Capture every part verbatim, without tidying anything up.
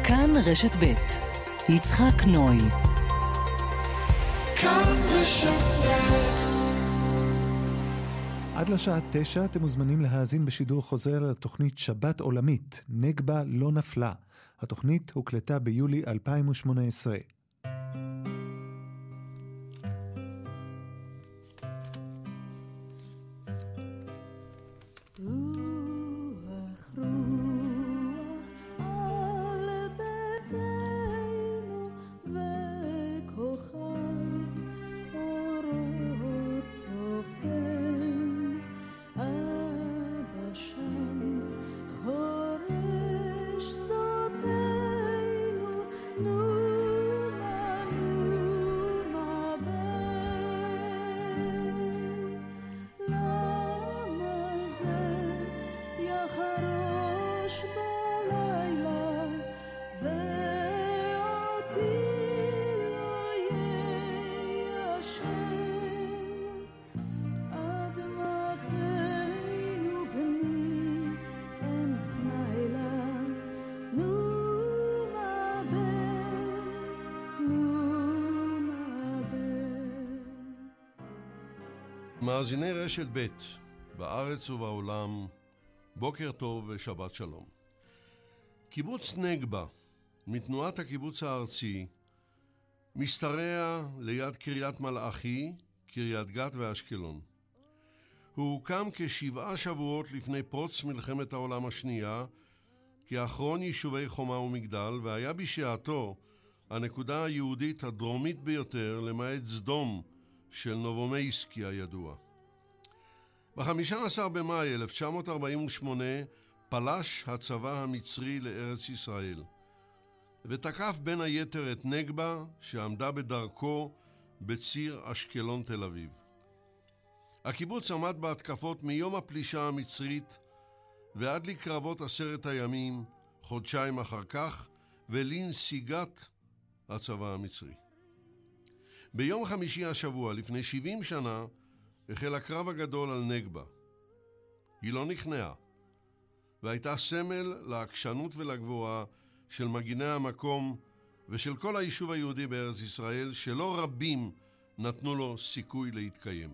כאן רשת ב' יצחק נוי. כאן רשת ב'. עד לשעה תשע אתם מוזמנים להאזין בשידור חוזר לתוכנית שבת עולמית, נגבה לא נפלה. התוכנית הוקלטה ביולי אלפיים ושמונה עשרה. מאזיני רשת ב' בארץ ובעולם, בוקר טוב ושבת שלום. קיבוץ נגבה, מתנועת הקיבוץ הארצי, משתרע ליד קריית מלאכי, קריית גת ואשקלון. הוא הוקם כשבעה שבועות לפני פרוץ מלחמת העולם השנייה, כאחרון יישובי חומה ומגדל, והיה בשעתו הנקודה היהודית הדרומית ביותר, למעט סדום, של נובומייסקי הידוע. ב-חמישה עשר במאי אלף תשע מאות ארבעים ושמונה פלש הצבא המצרי לארץ ישראל, ותקף בין היתר את נגבה שעמדה בדרכו בציר אשקלון תל אביב. הקיבוץ עמד בהתקפות מיום הפלישה המצרית ועד לקרבות עשרת הימים, חודשיים אחר כך, ולנסיגת הצבא המצרי. ביום חמישי השבוע, לפני שבעים שנה, החל הקרב הגדול על נגבה. היא לא נכנעה, והייתה סמל לעקשנות ולגבורה של מגיני המקום ושל כל היישוב היהודי בארץ ישראל, שלא רבים נתנו לו סיכוי להתקיים.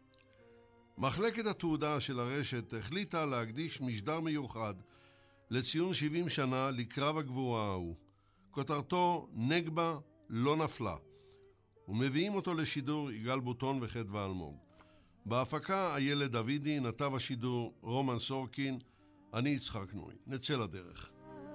מחלקת התעודה של הרשת החליטה להקדיש משדר מיוחד לציון שבעים שנה לקרב הגבורה ההוא. כותרתו נגבה לא נפלה. ומביאים אותו לשידור יגאל בוטון וחדווה אלמוג. בהפקה איילת דוידי, נתב השידור רומן סורקין, אני יצחק נוי. נצא לדרך.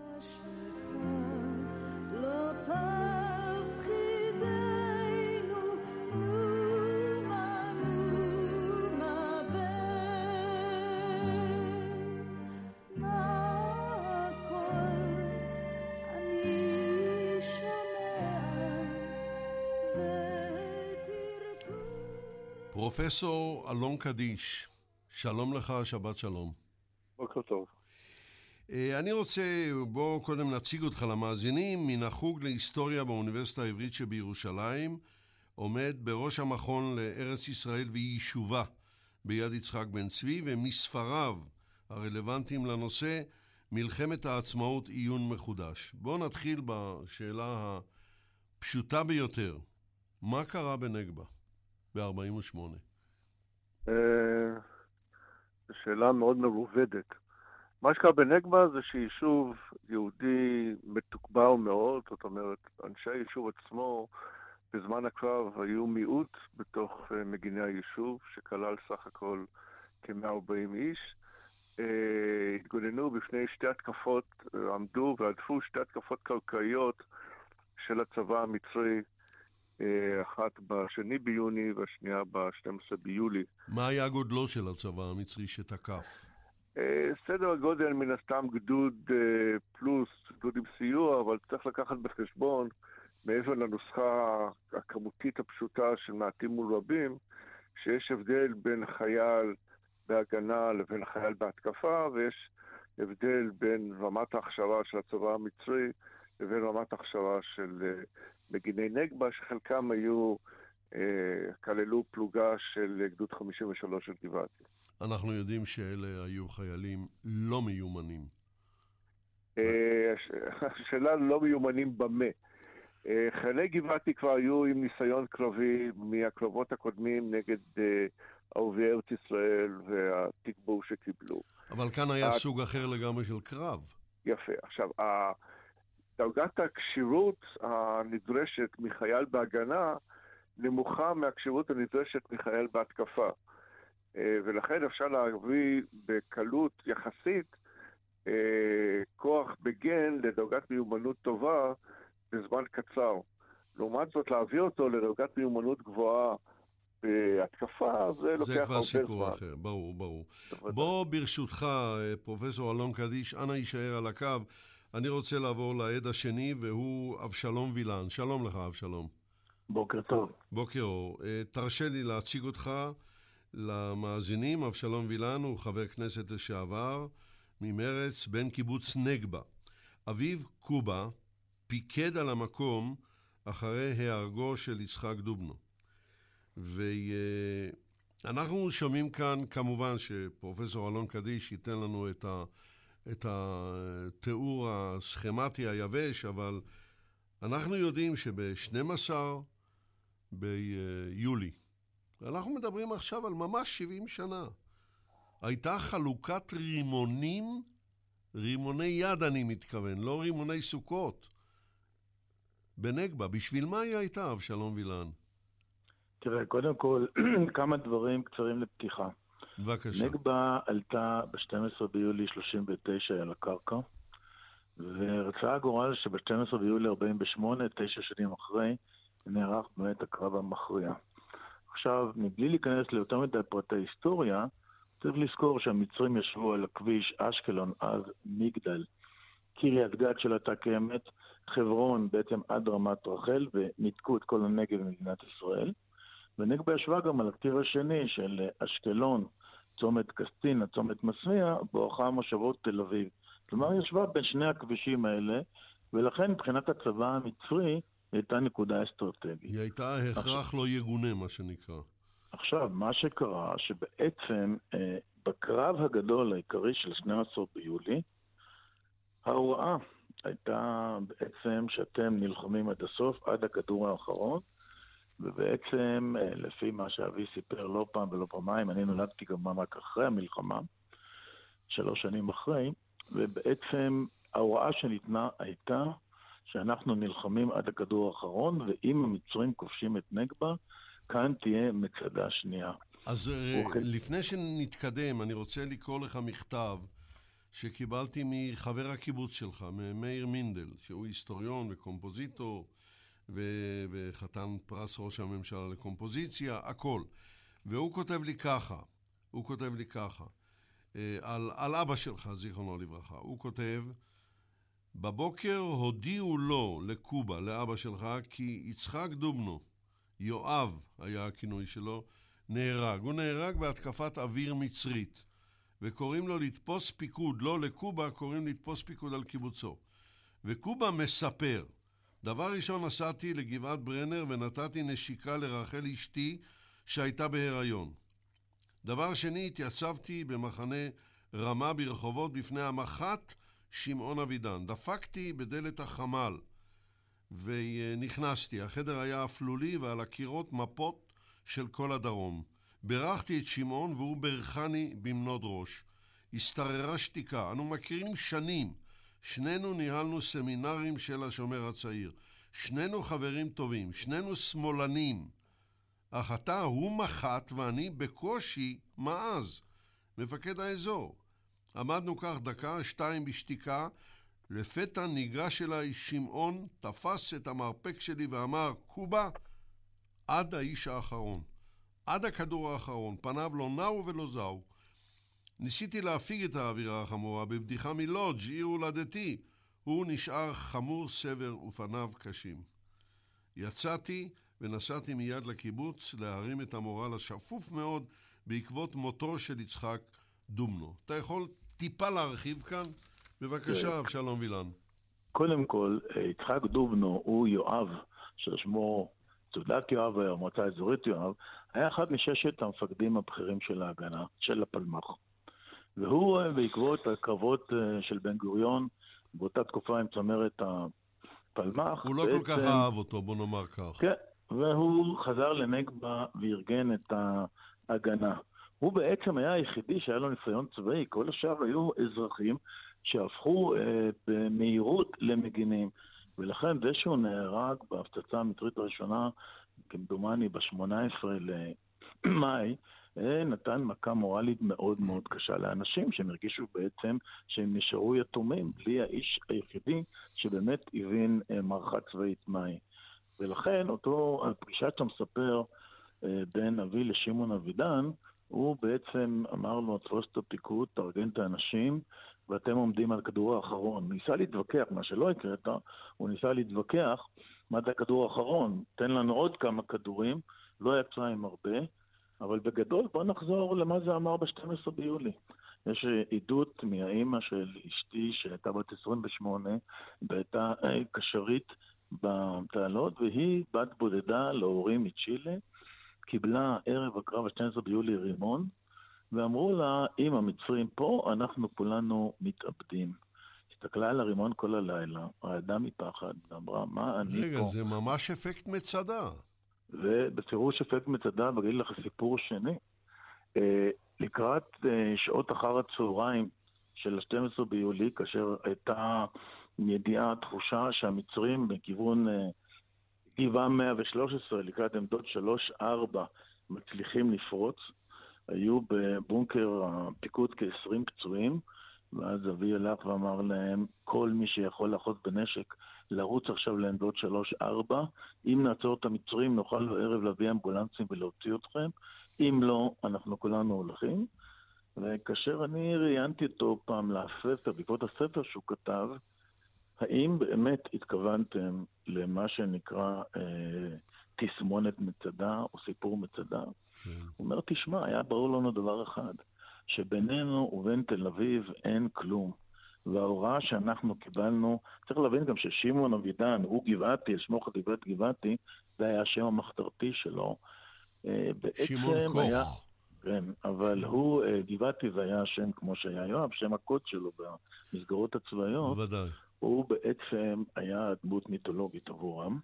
פרופסור אלון קדיש, שלום לך, שבת שלום. בוקר טוב. אני רוצה, בוא קודם נציג אותך למאזינים. מן החוג להיסטוריה באוניברסיטה העברית שבירושלים, עומד בראש המכון לארץ ישראל ויישובה ביד יצחק בן צבי, ומספריו הרלוונטיים לנושא מלחמת העצמאות עיון מחודש. בוא נתחיל בשאלה הפשוטה ביותר. מה קרה בנגבה ב-ארבעים ושמונה? זו שאלה מאוד מרובדת. מה שקרה בנגבה זה שיישוב יהודי מתוקבר מאוד, זאת אומרת, אנשי היישוב עצמו בזמן הקרב היו מיעוט בתוך מגיני היישוב, שכלל סך הכל כ-מאה וארבעים איש. התגוננו בפני שתי התקפות, עמדו ועדפו שתי התקפות קרקעיות של הצבא המצרי, אחת בשני ביוני והשנייה ב-שנים עשר ביולי. מה היה גודלו של הצבא המצרי שתקף? סדר הגודל מן הסתם גדוד פלוס, גדוד עם סיוע, אבל צריך לקחת בחשבון, מעבר לנוסחה הכמותית הפשוטה של מעטים מול רבים, שיש הבדל בין חייל בהגנה לבין חייל בהתקפה, ויש הבדל בין רמת ההכשרה של הצבא המצרי לבין רמת ההכשרה של מגיני נגבה, שחלקם היו, כללו פלוגה של גדוד חמישים ושלוש של גבעתי. אנחנו יודעים שאלה היו חיילים לא מיומנים. השאלה לא מיומנים במה. חיילי גבעתי כבר היו עם ניסיון קרבי מהקרבות הקודמים נגד אהובי ארץ ישראל והתגבור שקיבלו. אבל כאן היה סוג אחר לגמרי של קרב. יפה. עכשיו, דרגת הקשירות הנדרשת מחייל בהגנה נמוכה מהקשירות הנדרשת מחייל בהתקפה. ולכן אפשר להביא בקלות יחסית כוח בגן לדרגת מיומנות טובה בזמן קצר. לעומת זאת, להביא אותו לדרגת מיומנות גבוהה בהתקפה, זה לוקח הרבה זמן. זה כבר סיפור אחר, ברור, ברור. בוא ברשותך, פרופסור אלון קדיש, אנא יישאר על הקו. אני רוצה לעבור לעד השני, והוא אבשלום וילן. שלום לך, אבשלום. בוקר טוב. בוקר אור. תרשה לי להציג אותך למאזינים. אבשלום וילן הוא חבר כנסת לשעבר ממרץ, בן קיבוץ נגבה. אביו קובה פיקד על המקום אחרי ההרגו של יצחק דובנו. ואנחנו שומעים כאן, כמובן שפרופסור אלון קדיש ייתן לנו את, ה, את התיאור הסכמטי היבש, אבל אנחנו יודעים שב-שנים עשר ביולי, אנחנו מדברים עכשיו על ממש שבעים שנה, הייתה חלוקת רימונים, רימוני יד אני מתכוון, לא רימוני סוכות, בנגבה. בשביל מה היא הייתה, אבשלום וילן? תראה, קודם כל, כמה דברים קצרים לפתיחה. בבקשה. נגבה עלתה ב-שנים עשר ביולי שלושים ותשע על הקרקע, ורצה הגורל שב-שנים עשר ביולי ארבעים ושמונה, תשע שנים אחרי, נערך באמת הקרב המכריע. עכשיו, מבלי להיכנס ליותר מדי פרטי היסטוריה, צריך לזכור שהמצרים ישבו על הכביש אשקלון, אז מגדל, קריית גת של אותה קיימת, חברון בעצם עד רמת רחל, וניתקו את כל הנגב במדינת ישראל. ונגבה ישבה גם על הקטיר השני של אשקלון, צומת קסטינה, צומת מסמיה, בואכה מושבות תל אביב. כלומר, ישבה בין שני הכבישים האלה, ולכן מבחינת הצבא המצרי, הייתה נקודה אסטרטגית. היא הייתה הכרח לא יגונה, מה שנקרא. עכשיו, מה שקרה, שבעצם אה, בקרב הגדול העיקרי של שנים עשר ביולי, ההוראה הייתה בעצם שאתם נלחמים עד הסוף, עד הכדור האחרון, ובעצם, אה, לפי מה שאבי סיפר לא פעם ולא פעמיים, אני נולדתי גם רק אחרי המלחמה, שלוש שנים אחרי, ובעצם ההוראה שניתנה הייתה שאנחנו נלחמים עד הכדור האחרון, ואם המצרים כובשים את נגבה, כאן תהיה מצדה שנייה. אז לפני שנתקדם, אני רוצה לקרוא לך מכתב שקיבלתי מחבר הקיבוץ שלך, מאיר מינדל, שהוא היסטוריון וקומפוזיטור, ו- וחתן פרס ראש הממשלה לקומפוזיציה, הכל. והוא כותב לי ככה, הוא כותב לי ככה, על, על אבא שלך, זיכרונו לברכה. הוא כותב, בבוקר הודיעו לו, לקובה, לאבא שלך, כי יצחק דובנו, יואב היה הכינוי שלו, נהרג. הוא נהרג בהתקפת אוויר מצרית, וקוראים לו לתפוס פיקוד, לא לקובה, קוראים לתפוס פיקוד על קיבוצו. וקובה מספר, דבר ראשון נסעתי לגבעת ברנר ונתתי נשיקה לרחל אשתי שהייתה בהיריון. דבר שני, התייצבתי במחנה רמה ברחובות בפני המח"ט שמעון אבידן. דפקתי בדלת החמ"ל ונכנסתי. החדר היה אפלולי ועל הקירות מפות של כל הדרום. ברכתי את שמעון והוא ברכני במנוד ראש. הסתררה שתיקה. אנו מכירים שנים. שנינו ניהלנו סמינרים של השומר הצעיר. שנינו חברים טובים. שנינו שמאלנים. אך אתה הוא מח"ט ואני בקושי מעז. מפקד האזור. עמדנו כך דקה, שתיים בשתיקה. לפתע ניגש אליי שמעון, תפס את המרפק שלי ואמר, קובה, עד האיש האחרון. עד הכדור האחרון. פניו לא נעו ולא זעו. ניסיתי להפיג את האווירה החמורה בבדיחה מלודג', עיר הולדתי. הוא נשאר חמור סבר ופניו קשים. יצאתי ונסעתי מיד לקיבוץ להרים את המורל השפוף מאוד בעקבות מותו של יצחק דובנו. אתה יכול טיפה להרחיב כאן? בבקשה, אבשלום וילן. קודם כל, יצחק דובנו הוא יואב, ששמו תעודת יואב, המועצה האזורית יואב, היה אחד מששת המפקדים הבכירים של ההגנה, של הפלמ"ח. והוא בעקבות הקרבות של בן גוריון באותה תקופה עם צמרת הפלמ"ח. הוא לא בעצם... כל כך אהב אותו, בוא נאמר כך. כן, והוא חזר לנגבה וארגן את ההגנה. הוא בעצם היה היחידי שהיה לו ניסיון צבאי, כל השאר היו אזרחים שהפכו אה, במהירות למגינים. ולכן זה שהוא נהרג בהפצצה המצרית הראשונה, כמדומני ב-שמונה עשרה למאי, נתן מכה מורלית מאוד מאוד קשה לאנשים שהם הרגישו בעצם שהם נשארו יתומים בלי האיש היחידי שבאמת הבין מערכה צבאית מהי. ולכן אותו הפגישה שאתה מספר בין אבי לשמעון אבידן, הוא בעצם אמר לו, תפוס את הפיקוד, תארגן את האנשים, ואתם עומדים על כדור האחרון. הוא ניסה להתווכח, מה שלא הקראת, הוא ניסה להתווכח מה זה הכדור האחרון. תן לנו עוד כמה כדורים, לא יצא עם הרבה, אבל בגדול בוא נחזור למה זה אמר ב-שנים עשר ביולי. יש עדות מהאימא של אשתי שהייתה בת עשרים ושמונה, והייתה קשרית בתעלות, והיא בת בודדה להורים מצ'ילה, קיבלה ערב הקרב ב-שנים עשר ביולי רימון, ואמרו לה, אם המצרים פה, אנחנו כולנו מתאבדים. הסתכלה על הרימון כל הלילה, רעדה מפחד, ואמרה, מה אני רגע, פה? רגע, זה ממש אפקט מצדה. ובפירוש אפקט מצדה, בגיד לך סיפור שני. אה, לקראת אה, שעות אחר הצהריים של ה-שנים עשר ביולי, כאשר הייתה ידיעה, תחושה שהמצרים בכיוון אה, גבעה מאה ושלוש עשרה, לקראת עמדות שלוש ארבע, מצליחים לפרוץ, היו בבונקר הפיקוד כ-עשרים פצועים, ואז אבי הלך ואמר להם, כל מי שיכול לאחוז בנשק, לרוץ עכשיו לעמדות שלוש ארבע, אם נעצור את המצרים נוכל בערב להביא אמבולנסים ולהוציא אתכם, אם לא, אנחנו כולנו הולכים. וכאשר אני ראיינתי אותו פעם לספר, בעקבות הספר שהוא כתב, האם באמת התכוונתם למה שנקרא אה, תסמונת מצדה או סיפור מצדה? כן. הוא אומר, תשמע, היה ברור לנו דבר אחד, שבינינו ובין תל אביב אין כלום. וההוראה שאנחנו קיבלנו, צריך להבין גם ששמעון אבידן, הוא גבעתי, שמו חטיבת גבעתי, זה היה השם המחתרתי שלו. שמעון כוך. היה, כן, אבל הוא, גבעתי זה היה השם כמו שהיה יואב, שם הקוד שלו במסגרות הצבאיות. ודאי. הוא בעצם היה דמות מיתולוגית עבורם,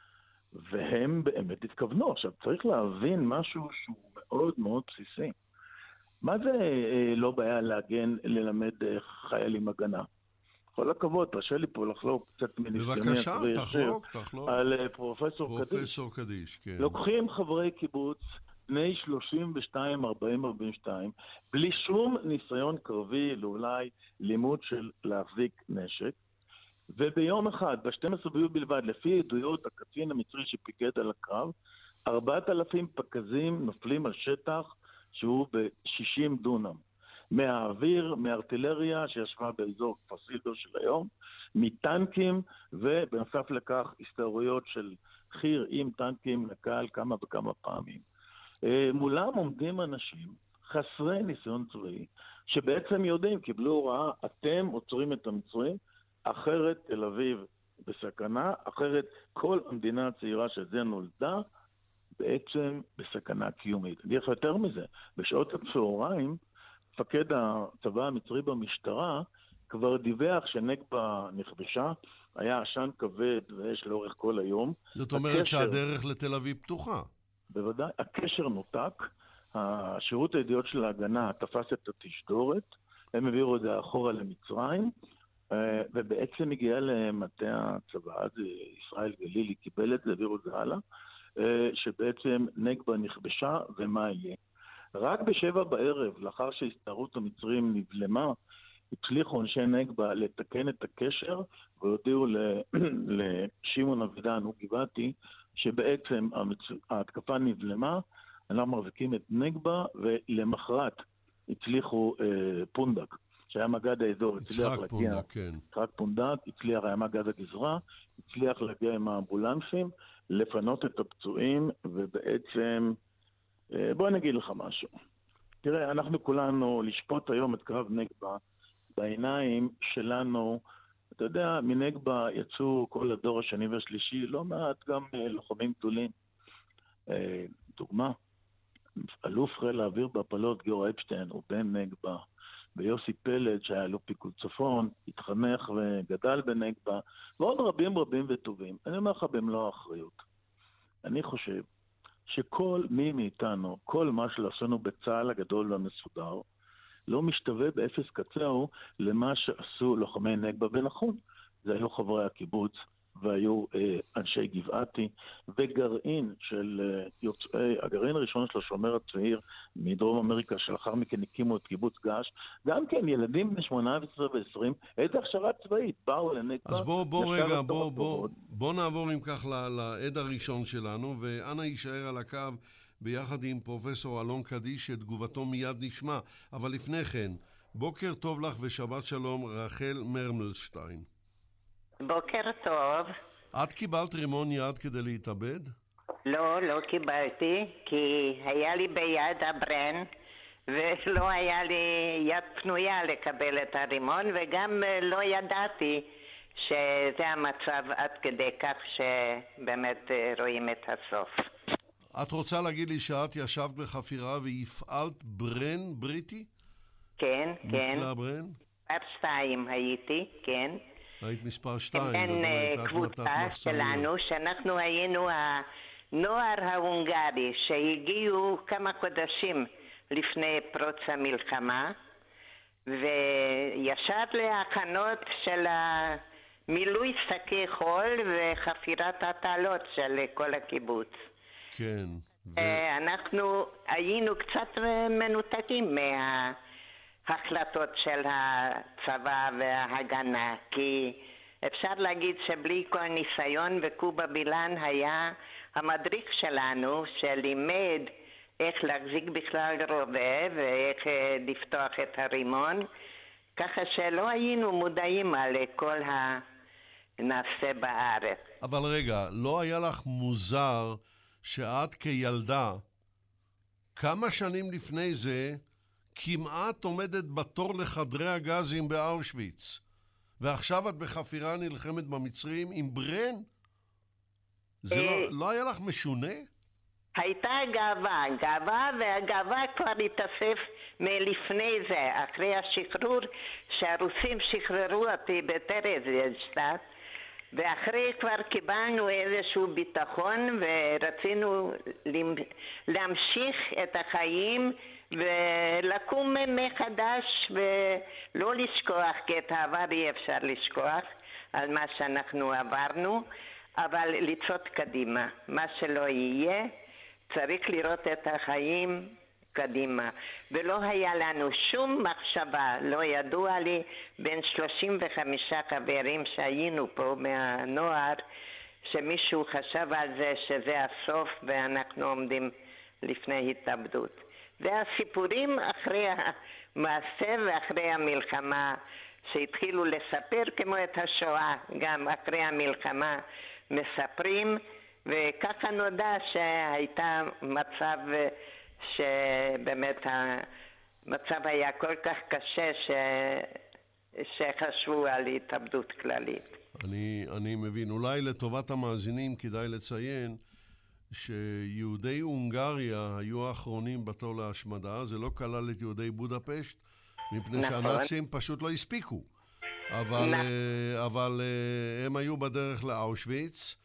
והם באמת התכוונו. עכשיו, צריך להבין משהו שהוא מאוד מאוד בסיסי. מה זה לא בעיה להגן, ללמד חיילים הגנה? כל הכבוד, תרשה לי פה לחלוק קצת מניסיוני. בבקשה, תחלוק, תחלוק. על פרופסור קדיש. פרופסור קדיש, כן. לוקחים חברי קיבוץ, בני שלושים ושתיים, ארבעים, ארבעים ושתיים, בלי שום ניסיון קרבי, לאולי לימוד של להחזיק נשק, וביום אחד, ב-שנים עשר ביולי בלבד, לפי עדויות הקצין המצרי שפיקד על הקרב, ארבעת אלפים פקזים נופלים על שטח שהוא ב-שישים דונם. מהאוויר, מארטילריה שישבה באזור פסילדו של היום, מטנקים, ובנוסף לכך הסתערויות של חיר עם טנקים לקהל כמה וכמה פעמים. מולם עומדים אנשים חסרי ניסיון צבאי, שבעצם יודעים, קיבלו הוראה, אתם עוצרים את המצרים, אחרת תל אביב בסכנה, אחרת כל המדינה הצעירה שזה נולדה, בעצם בסכנה קיומית. אני יכול יותר מזה, בשעות הצהריים, מפקד הצבא המצרי במשטרה כבר דיווח שנגבה נכבשה, היה עשן כבד ויש לאורך כל היום. זאת אומרת הקשר, שהדרך לתל אביב פתוחה. בוודאי, הקשר נותק, השירות הידיעות של ההגנה תפס את התשדורת, הם העבירו את זה אחורה למצרים, ובעצם הגיע למטה הצבא, אז ישראל גלילי קיבל את זה, העבירו את זה הלאה, שבעצם נגבה נכבשה ומה יהיה. רק בשבע בערב, לאחר שהסתערות המצרים נבלמה, הצליחו אנשי נגבה לתקן את הקשר, והודיעו לשמעון אבידן, הוא גבעתי, שבעצם ההתקפה נבלמה, אנחנו מחזיקים את נגבה, ולמחרת הצליחו אה, פונדק, שהיה מגד האזור, הצליח להגיע. פונדק, כן. יצחק פונדק, הצליח, היה מגד הגזרה, הצליח להגיע עם האמבולנסים, לפנות את הפצועים, ובעצם, אה, בוא נגיד לך משהו. תראה, אנחנו כולנו לשפוט היום את קרב נגבה, בעיניים שלנו, אתה יודע, מנגבה יצאו כל הדור השני והשלישי, לא מעט גם לוחמים גדולים. דוגמה, אלוף חיל האוויר בהפלות גיאור אפשטיין הוא בן נגבה, ויוסי פלד, שהיה לו פיקוד צפון, התחנך וגדל בנגבה, ועוד רבים רבים וטובים. אני אומר לך במלוא האחריות. אני חושב שכל מי מאיתנו, כל מה שלעשינו בצהל הגדול והמסודר, לא משתווה באפס קצהו למה שעשו לוחמי נגבה, ונכון, זה היו חברי הקיבוץ, והיו אה, אנשי גבעתי, וגרעין של אה, יוצאי, הגרעין הראשון של השומר הצעיר מדרום אמריקה, שלאחר מכן הקימו את קיבוץ געש, גם כן ילדים בני שמונה עשרה ועשרים, איזה הכשרה צבאית, באו לנגבה. אז בוא, בוא רגע, בוא, בוא, בוא נעבור אם כך לעד הראשון שלנו, ואנא יישאר על הקו ביחד עם פרופסור אלון קדיש, שתגובתו מיד נשמע. אבל לפני כן, בוקר טוב לך ושבת שלום, רחל מרמלשטיין. בוקר טוב. את קיבלת רימון יד כדי להתאבד? לא, לא קיבלתי, כי היה לי ביד הברן, ולא היה לי יד פנויה לקבל את הרימון, וגם לא ידעתי שזה המצב עד כדי כך שבאמת רואים את הסוף. את רוצה להגיד לי שאת ישבת בחפירה והפעלת ברן בריטי? כן, כן. מקלע ברן? מספר שתיים הייתי, כן. היית מספר שתיים. בין קבוצה שלנו, שאנחנו היינו הנוער ההונגרי, שהגיעו כמה חודשים לפני פרוץ המלחמה, וישר להכנות של מילוי שקי חול וחפירת התעלות של כל הקיבוץ. כן. ו... אנחנו היינו קצת מנותקים מההחלטות של הצבא וההגנה, כי אפשר להגיד שבלי כל ניסיון, וקובה בילן היה המדריך שלנו שלימד איך להחזיק בכלל רובה ואיך לפתוח את הרימון, ככה שלא היינו מודעים על כל הנעשה בארץ. אבל רגע, לא היה לך מוזר שאת כילדה, כמה שנים לפני זה, כמעט עומדת בתור לחדרי הגזים באושוויץ, ועכשיו את בחפירה נלחמת במצרים עם ברן? זה לא, לא היה לך משונה? הייתה גאווה, גאווה, והגאווה כבר התאסף מלפני זה, אחרי השחרור, שהרוסים שחררו אותי בטרזיינשטט, ואחרי כבר קיבלנו איזשהו ביטחון, ורצינו להמשיך את החיים ולקום מחדש ולא לשכוח, כי את העבר אי אפשר לשכוח על מה שאנחנו עברנו, אבל לצעוד קדימה. מה שלא יהיה, צריך לראות את החיים קדימה. ולא היה לנו שום מחשבה, לא ידוע לי, בין שלושים וחמישה חברים שהיינו פה מהנוער, שמישהו חשב על זה שזה הסוף ואנחנו עומדים לפני התאבדות. והסיפורים אחרי המעשה ואחרי המלחמה שהתחילו לספר, כמו את השואה, גם אחרי המלחמה מספרים, וככה נודע שהייתה מצב שבאמת המצב היה כל כך קשה ש... שחשבו על התאבדות כללית. אני, אני מבין. אולי לטובת המאזינים כדאי לציין שיהודי הונגריה היו האחרונים בתור להשמדה. זה לא כלל את יהודי בודפשט, מפני נכון. שהנאצים פשוט לא הספיקו. אבל, נכון. אבל הם היו בדרך לאושוויץ,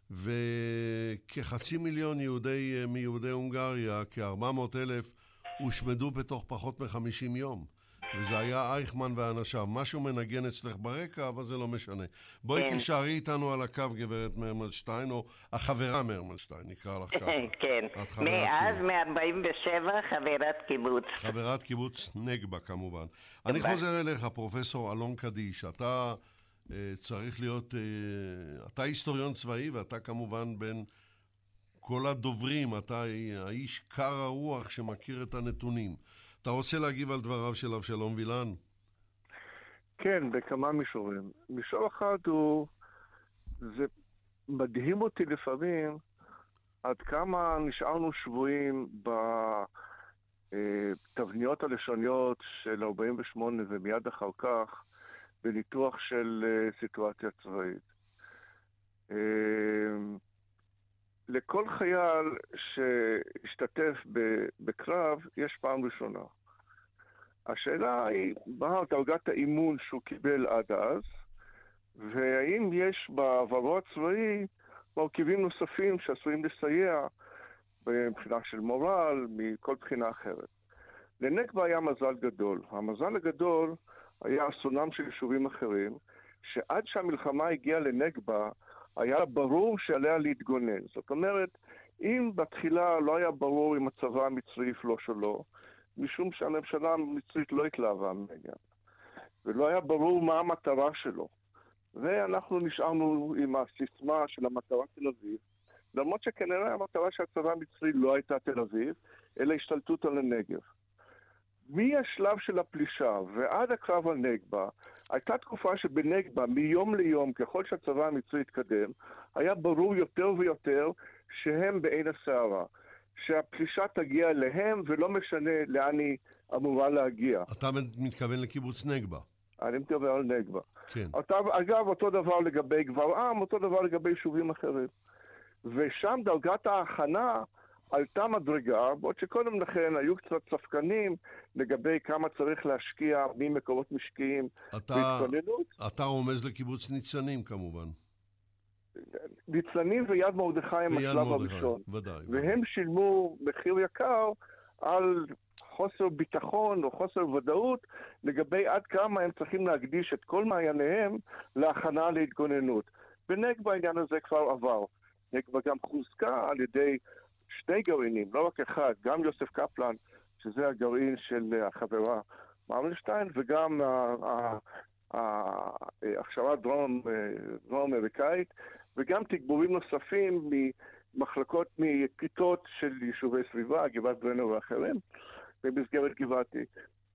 וכחצי מיליון יהודי, מיהודי הונגריה, כ-ארבע מאות אלף, הושמדו בתוך פחות מ-חמישים יום. וזה היה אייכמן ואנשיו. משהו מנגן אצלך ברקע, אבל זה לא משנה. בואי כן. תישארי איתנו על הקו, גברת מרמלשטיין, או החברה מרמלשטיין, נקרא לך ככה. כן, מאז מ-ארבעים ושבע חברת קיבוץ. חברת קיבוץ נגבה, כמובן. אני חוזר אליך, פרופסור אלון קדיש. אתה uh, צריך להיות, uh, אתה היסטוריון צבאי, ואתה כמובן בין כל הדוברים, אתה האיש קר הרוח שמכיר את הנתונים. אתה רוצה להגיב על דבריו של אבשלום וילן? כן, בכמה מישורים. מישור אחד הוא, זה מדהים אותי לפעמים עד כמה נשארנו שבויים בתבניות הלשוניות של ארבעים ושמונה ומיד אחר כך בניתוח של סיטואציה צבאית. לכל חייל שהשתתף בקרב יש פעם ראשונה. השאלה היא, מה דרגת האימון שהוא קיבל עד אז, והאם יש בעברו הצבאי מרכיבים נוספים שעשויים לסייע מבחינה של מורל, מכל בחינה אחרת. לנגבה היה מזל גדול. המזל הגדול היה אסונם של יישובים אחרים, שעד שהמלחמה הגיעה לנגבה, היה ברור שעליה להתגונן. זאת אומרת, אם בתחילה לא היה ברור אם הצבא המצרי יפלוש או לא, משום שהממשלה המצרית לא התלהבה מהעניין, ולא היה ברור מה המטרה שלו. ואנחנו נשארנו עם הסיסמה של המטרה תל אביב, למרות שכנראה המטרה של הצבא המצרי לא הייתה תל אביב, אלא השתלטות על הנגב. מהשלב של הפלישה ועד הקרב על נגבה, הייתה תקופה שבנגבה, מיום ליום, ככל שהצבא המצרי התקדם, היה ברור יותר ויותר שהם בעין הסערה. שהפלישה תגיע אליהם ולא משנה לאן היא אמורה להגיע. אתה מתכוון לקיבוץ נגבה. אני מתכוון על נגבה. כן. אתה, אגב, אותו דבר לגבי גברעם, אותו דבר לגבי יישובים אחרים. ושם דרגת ההכנה עלתה מדרגה, בעוד שקודם לכן היו קצת ספקנים לגבי כמה צריך להשקיע ממקורות משקיעים בהתכוננות. אתה רומז לקיבוץ ניצנים כמובן. ניצנים ויד מרדכי הם השלב הראשון. ודאי. והם שילמו מחיר יקר על חוסר ביטחון או חוסר ודאות לגבי עד כמה הם צריכים להקדיש את כל מעייניהם להכנה להתגוננות. בנגבה העניין הזה כבר עבר. נגבה גם חוזקה על ידי שני גרעינים, לא רק אחד, גם יוסף קפלן, שזה הגרעין של החברה מרמלשטיין, וגם ההכשרה דרום אמריקאית, וגם תגבורים נוספים ממחלקות, מכיתות של יישובי סביבה, גבעת ברנר ואחרים, במסגרת גבעתי.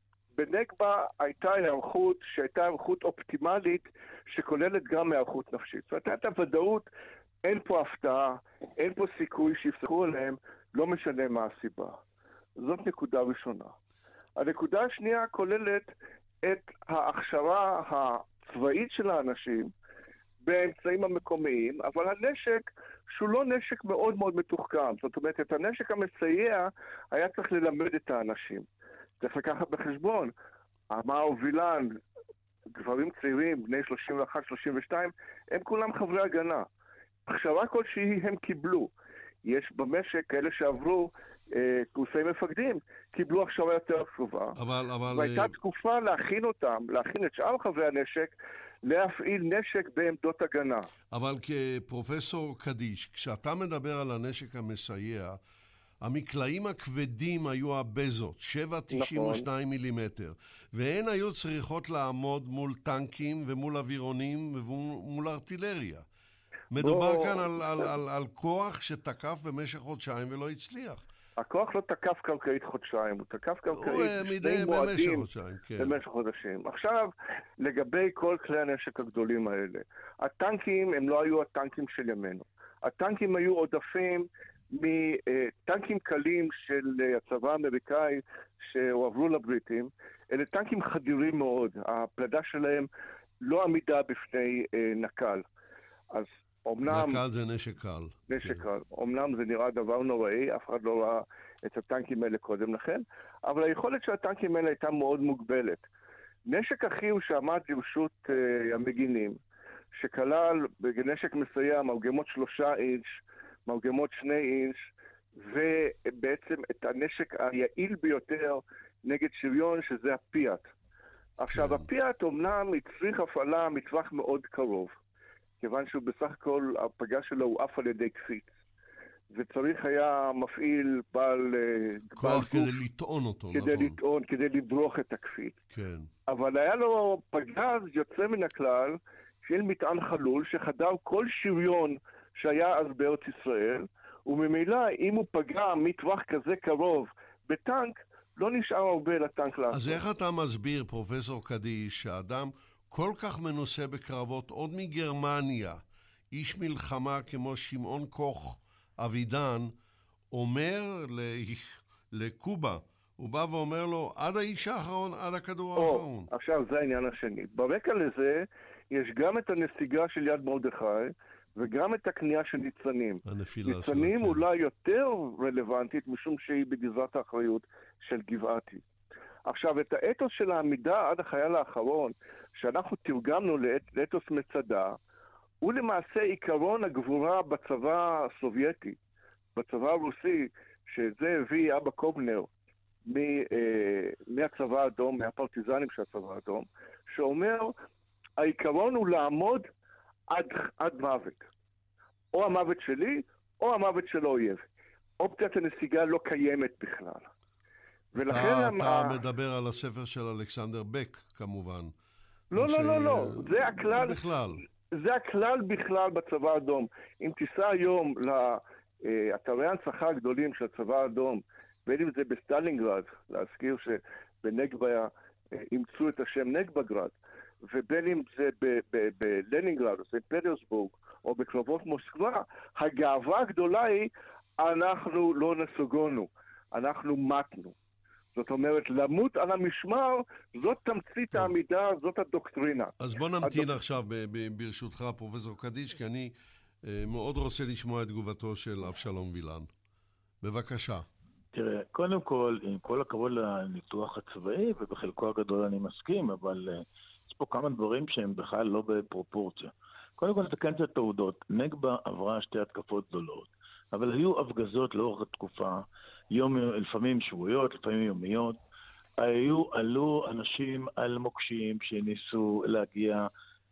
בנגבה הייתה היערכות שהייתה היערכות אופטימלית, שכוללת גם היערכות נפשית. זאת אומרת, הייתה ודאות, אין פה הפתעה, אין פה סיכוי שיפסחו עליהם, לא משנה מה הסיבה. זאת נקודה ראשונה. הנקודה השנייה כוללת את ההכשרה הצבאית של האנשים באמצעים המקומיים, אבל הנשק שהוא לא נשק מאוד מאוד מתוחכם. זאת אומרת, את הנשק המסייע היה צריך ללמד את האנשים. צריך לקחת בחשבון, אמר וילן, גברים צעירים, בני שלושים ואחת שלושים ושתיים, הם כולם חברי הגנה. הכשרה כלשהי הם קיבלו. יש במשק כאלה שעברו אה, קורסי מפקדים, קיבלו הכשרה יותר קרובה. אבל, אבל... והייתה תקופה להכין אותם, להכין את שאר חברי הנשק, להפעיל נשק בעמדות הגנה. אבל כפרופסור קדיש, כשאתה מדבר על הנשק המסייע, המקלעים הכבדים היו הבזות, שבע תשעים ושתיים מילימטר, והן היו צריכות לעמוד מול טנקים ומול אווירונים ומול ארטילריה. מדובר בוא... כאן על, על, על, על כוח שתקף במשך חודשיים ולא הצליח. הכוח לא תקף קרקעית חודשיים, הוא תקף קרקעית בשני מועדים כן. במשך חודשים. עכשיו, לגבי כל כלי הנשק הגדולים האלה, הטנקים הם לא היו הטנקים של ימינו. הטנקים היו עודפים מטנקים קלים של הצבא האמריקאי שהועברו לבריטים. אלה טנקים חדירים מאוד, הפלדה שלהם לא עמידה בפני נקל. אז אומנם... נקל זה נשק קל. נשק קל. אומנם זה נראה דבר נוראי, אף אחד לא ראה את הטנקים האלה קודם לכן, אבל היכולת של הטנקים האלה הייתה מאוד מוגבלת. נשק החי"ר שעמד לרשות uh, המגינים, שכלל בנשק מסייע מרגמות שלושה אינץ', מרגמות שני אינץ', ובעצם את הנשק היעיל ביותר נגד שריון, שזה הפיאט. עכשיו, הפיאט אומנם הצריך הפעלה מטווח מאוד קרוב. כיוון שהוא בסך הכל, הפגע שלו הוא אף על ידי קפיץ. וצריך היה מפעיל בעל... כוח כדי לטעון אותו, כדי נכון. לטעון, כדי לדרוך את הקפיץ. כן. אבל היה לו פגז יוצא מן הכלל של מטען חלול, שחדר כל שריון שהיה אז בארץ ישראל, וממילא אם הוא פגע מטווח כזה קרוב בטנק, לא נשאר הרבה לטנק לעשות. אז איך אתה מסביר, פרופסור קדיש, שהאדם... כל כך מנוסה בקרבות, עוד מגרמניה, איש מלחמה כמו שמעון קוך אבידן, אומר לקובה, הוא בא ואומר לו, עד האיש האחרון, עד הכדור האחרון. או, עכשיו זה העניין השני. ברקע לזה, יש גם את הנסיגה של יד מרדכי, וגם את הקנייה של ניצנים. הנפילה ניצנים שלה, אולי יותר רלוונטית, משום שהיא בגזרת האחריות של גבעתי. עכשיו, את האתוס של העמידה עד החייל האחרון, שאנחנו תרגמנו לאת, לאתוס מצדה, הוא למעשה עיקרון הגבורה בצבא הסובייטי, בצבא הרוסי, שזה הביא אבא קובנר מ, אה, מהצבא האדום, מהפרטיזנים של הצבא האדום, שאומר, העיקרון הוא לעמוד עד, עד מוות. או המוות שלי, או המוות של האויב. אופציית הנסיגה לא קיימת בכלל. אתה, אתה מדבר על הספר של אלכסנדר בק, כמובן. לא, לא, לא, לא. זה הכלל, בכלל. זה הכלל בכלל בצבא האדום. אם תיסע היום לאתרי ההנצחה הגדולים של הצבא האדום, בין אם זה בסטלינגרד, להזכיר שבנגבה אימצו את השם נגבגרד, ובין אם זה בלנינגרד, או סנט פטרסבורג, או בקרבות מוסקבה, הגאווה הגדולה היא, אנחנו לא נסוגונו, אנחנו מתנו. זאת אומרת, למות על המשמר, זאת תמצית טוב. העמידה, זאת הדוקטרינה. אז בוא נמתין הדוק... עכשיו, ב- ב- ברשותך, פרופסור קדיש, כי אני אה, מאוד רוצה לשמוע את תגובתו של אבשלום וילן. בבקשה. תראה, קודם כל, עם כל הכבוד לניתוח הצבאי, ובחלקו הגדול אני מסכים, אבל uh, יש פה כמה דברים שהם בכלל לא בפרופורציה. קודם כל, תקן את התעודות. נגבה עברה שתי התקפות גדולות, אבל היו הפגזות לאורך התקופה, יום, לפעמים שבועיות, לפעמים יומיות. היו, עלו אנשים על מוקשים שניסו להגיע,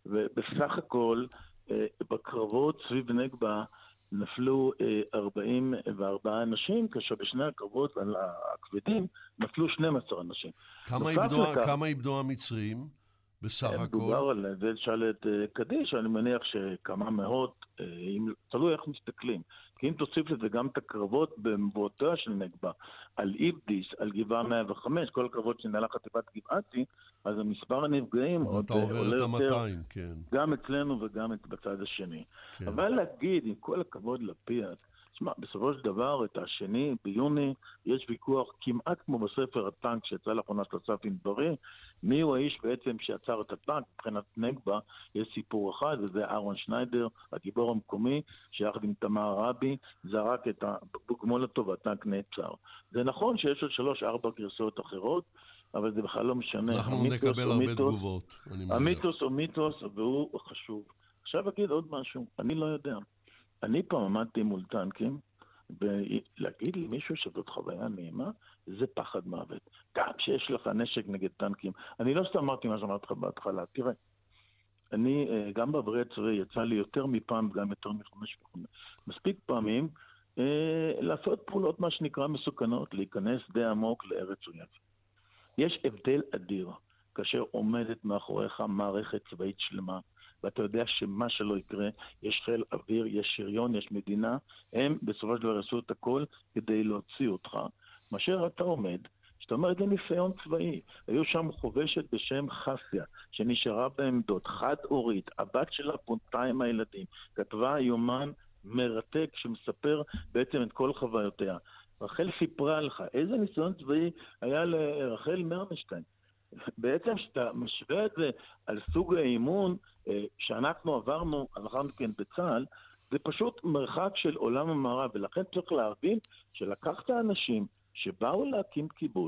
ובסך הכל, אה, בקרבות סביב נגבה, נפלו אה, ארבעים וארבעה אנשים, כאשר בשני הקרבות על הכבדים נפלו שנים עשר אנשים. כמה איבדו, לכך, כמה איבדו המצרים בסך הכל? מדובר על זה, שאל את אה, קדיש, אני מניח שכמה מאות, אה, אם, תלוי איך מסתכלים. כי אם תוסיף לזה גם את הקרבות במבואותיה של נגבה, על איבדיס, על גבעה מאה וחמש, כל הקרבות שנעלה חטיבת גבעתי, אז המספר הנפגעים עוד עולה יותר, כן. גם אצלנו וגם בצד השני. כן. אבל להגיד, עם כל הכבוד לפיאט, תשמע, בסופו של דבר, את השני ביוני, יש ויכוח כמעט כמו בספר הטנק שיצא לאחרונה של אסף אינדברי, מי הוא האיש בעצם שיצר את הטנק? מבחינת נגבה, יש סיפור אחד, וזה אהרון שניידר, הגיבור המקומי, שיחד עם תמר רבי, זרק את הגמולתו והטנק נעצר. זה נכון שיש עוד שלוש, ארבע גרסאות אחרות, אבל זה בכלל לא משנה. אנחנו נקבל הרבה תגובות. המיתוס הוא מיתוס, והוא חשוב. עכשיו אגיד עוד משהו, אני לא יודע. אני פעם עמדתי מול טנקים, ולהגיד למישהו שזאת חוויה נעימה, זה פחד מוות. גם שיש לך נשק נגד טנקים. אני לא סתם אמרתי מה שאמרתי לך בהתחלה. תראה, אני, גם בעברי הצבאי, יצא לי יותר מפעם, גם יותר מחמש וחמש. מספיק פעמים, לעשות פעולות מה שנקרא מסוכנות, להיכנס די עמוק לארץ אויב. יש הבדל אדיר, כאשר עומדת מאחוריך מערכת צבאית שלמה, ואתה יודע שמה שלא יקרה, יש חיל אוויר, יש שריון, יש מדינה, הם בסופו של דבר עשו את הכל כדי להוציא אותך. מאשר אתה עומד, שאתה אומר, זה ניסיון צבאי. היו שם חובשת בשם חסיה, שנשארה בעמדות, חד-הורית, הבת שלה פונתה עם הילדים, כתבה יומן מרתק שמספר בעצם את כל חוויותיה. רחל סיפרה לך, איזה ניסיון צבאי היה לרחל מרמשטיין. בעצם שאתה משווה את זה על סוג האימון שאנחנו עברנו, עברנו כן בצה"ל, זה פשוט מרחק של עולם המערב, ולכן צריך להבין שלקחת אנשים שבאו להקים קיבוץ,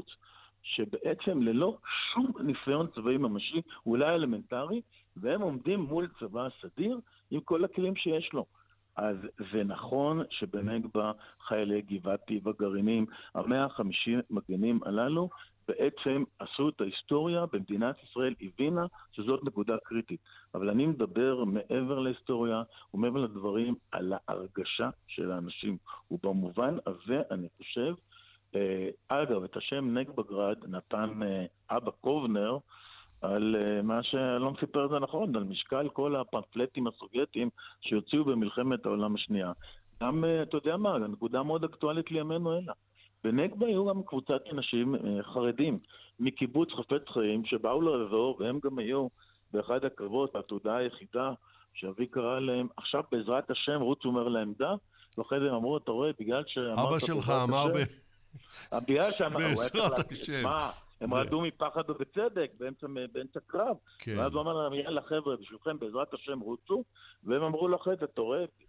שבעצם ללא שום ניסיון צבאי ממשי, אולי אלמנטרי, והם עומדים מול צבא סדיר עם כל הכלים שיש לו. אז זה נכון שבנגבה חיילי גבעתי והגרעינים, המאה וחמישים מגנים הללו, בעצם עשו את ההיסטוריה במדינת ישראל, הבינה שזאת נקודה קריטית. אבל אני מדבר מעבר להיסטוריה ומעבר לדברים על ההרגשה של האנשים. ובמובן הזה אני חושב, אה, אגב, את השם נגבגרד נתן אה, אבא קובנר, על uh, מה שלא מספר את זה נכון, על משקל כל הפמפלטים הסובייטיים שיוציאו במלחמת העולם השנייה. גם, uh, אתה יודע מה, הנקודה מאוד אקטואלית לימינו אלה. בנגבה היו גם קבוצת אנשים uh, חרדים מקיבוץ חפץ חיים שבאו לאזור, והם גם היו באחד הקרבות, התעודה היחידה שאבי קרא להם, עכשיו בעזרת השם רוץ אומר לעמדה, ואחרי זה הם אמרו, אתה רואה, בגלל שאמרת... אבא שלך אמר ב... בגלל שאמר... בעזרת השם. מה? הם רעדו מפחד ובצדק, באמצע, באמצע קרב. כן. ואז הוא אמר להם, יאללה חבר'ה, בשבילכם בעזרת השם רוצו, והם אמרו לך, אתה רואה,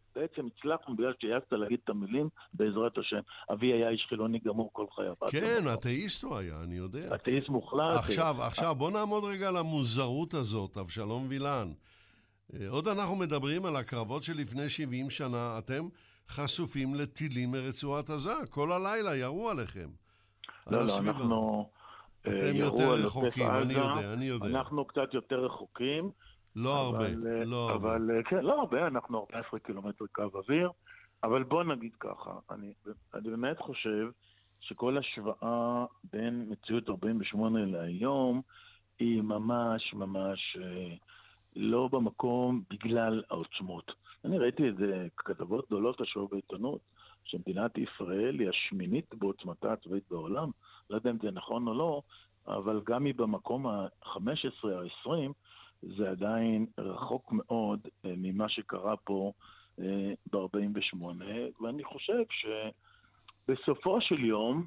בעצם הצלחנו בגלל שהעזת להגיד את המילים, בעזרת השם. אבי היה איש חילוני גמור כל חייו. כן, אתאיסט הוא היה, אני יודע. אתאיסט מוחלט. עכשיו, עכשיו, בוא נעמוד רגע על המוזרות הזאת, אבשלום וילן. עוד אנחנו מדברים על הקרבות שלפני שבעים שנה, אתם חשופים לטילים מרצועת עזה, כל הלילה ירו עליכם. לא, לא, אנחנו... אתם יותר רחוקים, אני יודע, אני יודע. אנחנו קצת יותר רחוקים. לא הרבה, לא הרבה. אבל כן, לא הרבה, אנחנו ארבעה עשר קילומטר קו אוויר, אבל בוא נגיד ככה, אני, אני באמת חושב שכל השוואה בין מציאות ארבעים ושמונה להיום היא ממש ממש לא במקום בגלל העוצמות. אני ראיתי את זה כתבות גדולות השבוע בעיתונות, שמדינת ישראל היא השמינית בעוצמתה הצבאית בעולם, לא יודע אם זה נכון או לא, אבל גם היא במקום ה-חמש עשרה או עשרים, זה עדיין רחוק מאוד ממה שקרה פה ב-ארבעים ושמונה, ואני חושב שבסופו של יום,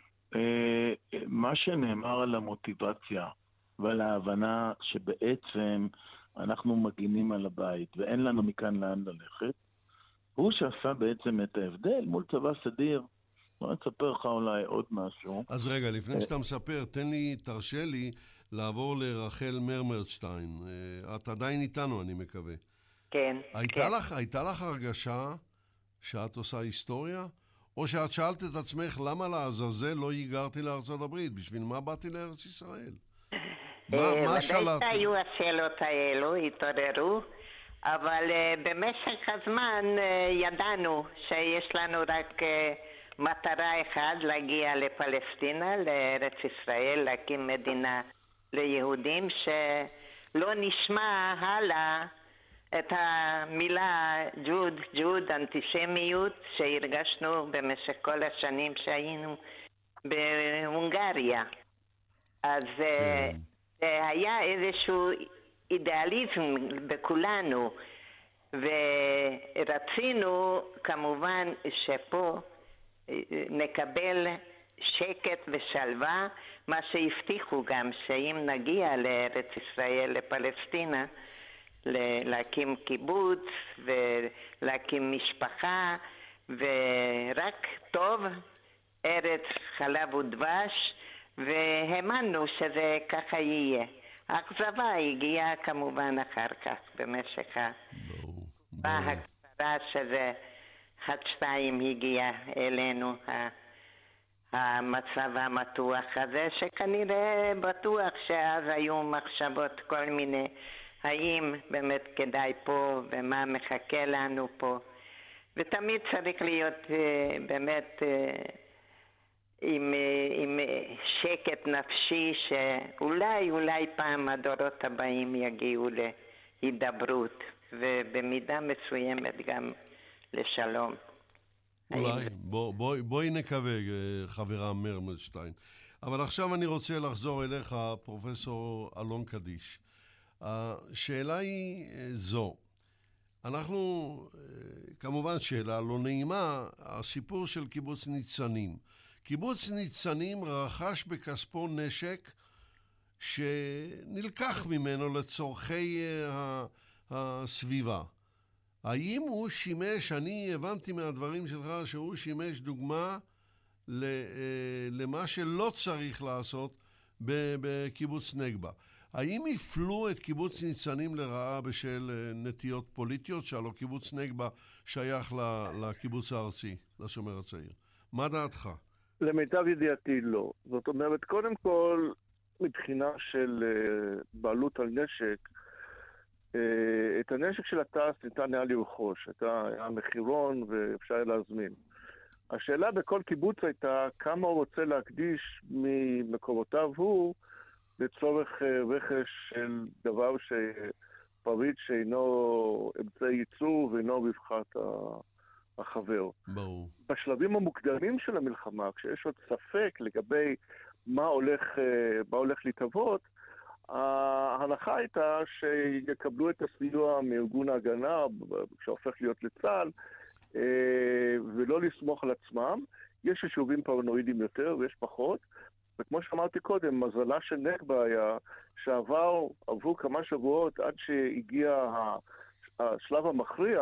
מה שנאמר על המוטיבציה ועל ההבנה שבעצם אנחנו מגינים על הבית ואין לנו מכאן לאן ללכת, הוא שעשה בעצם את ההבדל מול צבא סדיר. אני אספר לך אולי עוד משהו. אז רגע, לפני שאתה מספר, תן לי, תרשה לי לעבור לרחל מרמרשטיין. את עדיין איתנו, אני מקווה. כן. הייתה כן. לך, הייתה לך הרגשה שאת עושה היסטוריה? או שאת שאלת את עצמך, למה לעזאזל לא היגרתי לארצות הברית? בשביל מה באתי לארץ ישראל? מה, מה שלטתי? ודאי היו השאלות האלו, התעוררו, אבל uh, במשך הזמן uh, ידענו שיש לנו רק uh, מטרה אחת, להגיע לפלסטינה, לארץ ישראל, להקים מדינה ליהודים, שלא נשמע הלאה את המילה ג'וד, ג'וד, אנטישמיות, שהרגשנו במשך כל השנים שהיינו בהונגריה. אז כן. היה איזשהו אידיאליזם בכולנו, ורצינו כמובן שפה נקבל שקט ושלווה, מה שהבטיחו גם, שאם נגיע לארץ ישראל, לפלסטינה, להקים קיבוץ ולהקים משפחה, ורק טוב, ארץ חלב ודבש, והאמנו שזה ככה יהיה. האכזבה הגיעה כמובן אחר כך, במשך הקצרה שזה חד שתיים הגיע אלינו המצב המתוח הזה, שכנראה בטוח שאז היו מחשבות כל מיני, האם באמת כדאי פה ומה מחכה לנו פה, ותמיד צריך להיות באמת עם, עם שקט נפשי, שאולי אולי פעם הדורות הבאים יגיעו להידברות ובמידה מסוימת גם לשלום. אולי, בוא, בוא, בואי נקווה, חברה מרמרשטיין. אבל עכשיו אני רוצה לחזור אליך, פרופסור אלון קדיש. השאלה היא זו, אנחנו, כמובן שאלה לא נעימה, הסיפור של קיבוץ ניצנים. קיבוץ ניצנים רכש בכספו נשק שנלקח ממנו לצורכי הסביבה. האם הוא שימש, אני הבנתי מהדברים שלך שהוא שימש דוגמה למה שלא צריך לעשות בקיבוץ נגבה. האם יפלו את קיבוץ ניצנים לרעה בשל נטיות פוליטיות, שהלא קיבוץ נגבה שייך לקיבוץ הארצי, לשומר הצעיר? מה דעתך? למיטב ידיעתי לא. זאת אומרת, קודם כל, מבחינה של בעלות על נשק, את הנשק של התעש ניתן היה לרכוש, היה מחירון ואפשר היה להזמין. השאלה בכל קיבוץ הייתה כמה הוא רוצה להקדיש ממקורותיו הוא לצורך רכש של דבר שפריט שאינו אמצעי ייצור ואינו רווחת החבר. ברור. בשלבים המוקדמים של המלחמה, כשיש עוד ספק לגבי מה הולך, מה הולך להתהוות, ההנחה הייתה שיקבלו את הסיוע מארגון ההגנה, שהופך להיות לצה"ל, ולא לסמוך על עצמם. יש יישובים פרנואידים יותר ויש פחות, וכמו שאמרתי קודם, מזלה של נגבה היה שעבר, עברו כמה שבועות עד שהגיע השלב המכריע,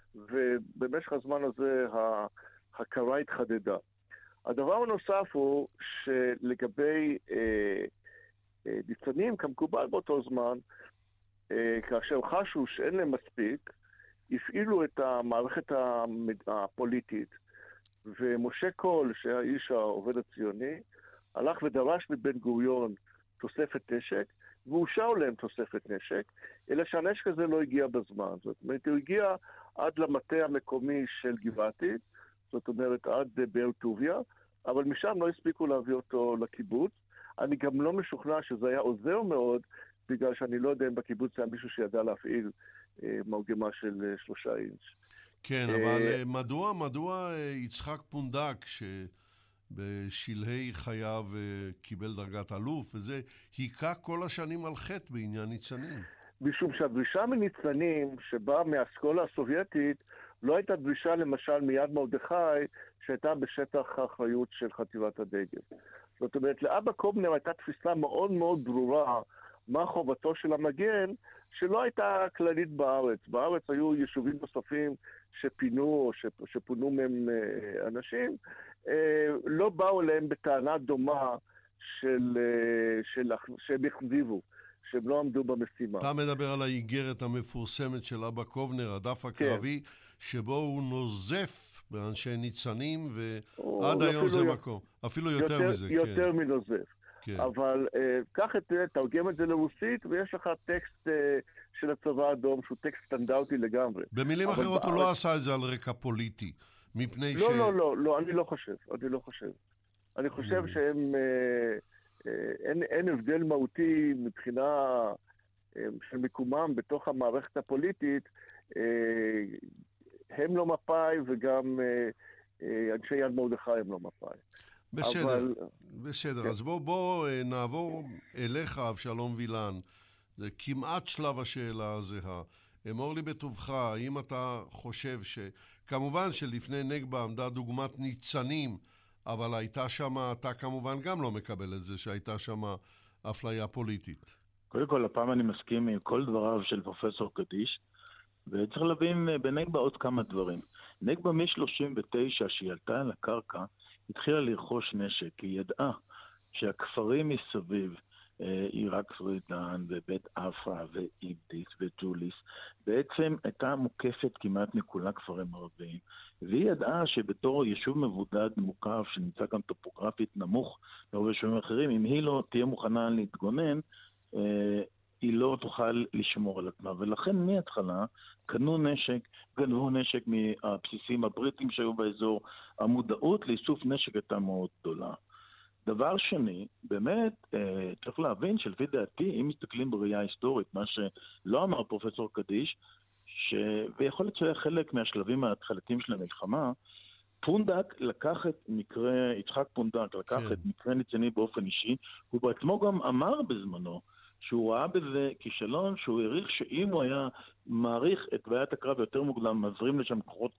ובמשך הזמן הזה ההכרה התחדדה. הדבר הנוסף הוא שלגבי אה, אה, ניצנים, כמקובל באותו זמן, אה, כאשר חשו שאין להם מספיק, הפעילו את המערכת הפוליטית, ומשה קול, שהאיש העובד הציוני, הלך ודרש מבן גוריון תוספת נשק, ואושר להם תוספת נשק, אלא שהנשק הזה לא הגיע בזמן. זאת אומרת, הוא הגיע עד למטה המקומי של גבעתי, זאת אומרת, עד באר טוביה, אבל משם לא הספיקו להביא אותו לקיבוץ. אני גם לא משוכנע שזה היה עוזר מאוד, בגלל שאני לא יודע אם בקיבוץ היה מישהו שידע להפעיל אה, מרגמה של אה, שלושה אינץ'. כן, אה, אבל אה, מדוע, מדוע אה, יצחק פונדק, שבשלהי חייו אה, קיבל דרגת אלוף, וזה היכה כל השנים על חטא בעניין ניצנים? משום שהדרישה מניצנים, שבאה מהאסכולה הסובייטית, לא הייתה דרישה למשל מיד מרדכי, שהייתה בשטח האחריות של חטיבת הדגל. זאת אומרת, לאבא קובנר הייתה תפיסה מאוד מאוד ברורה מה חובתו של המגן, שלא הייתה כללית בארץ. בארץ היו יישובים נוספים שפינו או שפונו מהם אנשים, לא באו אליהם בטענה דומה של, של, שהם יחזיבו, שהם לא עמדו במשימה. אתה מדבר על האיגרת המפורסמת של אבא קובנר, הדף הקרבי, כן. שבו הוא נוזף באנשי ניצנים, ועד היום זה מקום. אפילו יותר, יותר מזה. יותר כן. מנוזף. כן. אבל קח את זה, תרגם את זה לרוסית, ויש לך טקסט של הצבא האדום, שהוא טקסט סטנדרטי לגמרי. במילים אחרות, הוא לא עשה את זה על רקע פוליטי, מפני ש... לא, לא, לא, לא, אני לא חושב, אני לא חושב. אני חושב שהם, אין, אין הבדל מהותי מבחינה של מיקומם בתוך המערכת הפוליטית, הם לא מפאי וגם אנשי יד מרדכי הם לא מפאי. בסדר, אבל... בסדר. אז בוא, בוא נעבור אליך, אבשלום וילן. זה כמעט שלב השאלה הזהה. אמור לי בטובך, האם אתה חושב ש... כמובן שלפני נגבה עמדה דוגמת ניצנים, אבל הייתה שם, אתה כמובן גם לא מקבל את זה, שהייתה שם אפליה פוליטית. קודם כל, הפעם אני מסכים עם כל דבריו של פרופסור קדיש, וצריך להבין בנגבה עוד כמה דברים. נגבה מ-שלושים ותשע, שהיא עלתה על הקרקע, התחילה לרכוש נשק, היא ידעה שהכפרים מסביב, עיראק פרידן ובית אפרה ואיבדיס וג'וליס, בעצם הייתה מוקפת כמעט מכולה כפרים ערביים, והיא ידעה שבתור יישוב מבודד מוקף, שנמצא גם טופוגרפית נמוך לרוב יישובים אחרים, אם היא לא תהיה מוכנה להתגונן, היא לא תוכל לשמור על עצמה, ולכן מההתחלה קנו נשק, גנבו נשק מהבסיסים הבריטים שהיו באזור, המודעות לאיסוף נשק הייתה מאוד גדולה. דבר שני, באמת, אה, צריך להבין שלפי דעתי, אם מסתכלים בראייה היסטורית, מה שלא אמר פרופסור קדיש, ש... ויכול להיות שהיה חלק מהשלבים ההתחלתיים של המלחמה, פונדק לקח את מקרה, יצחק פונדק לקח כן. את מקרה ניצני באופן אישי, הוא בעצמו גם אמר בזמנו, שהוא ראה בזה כישלון, שהוא העריך שאם הוא היה מעריך את בעיית הקרב יותר מוקדם, מזרים לשם כוחות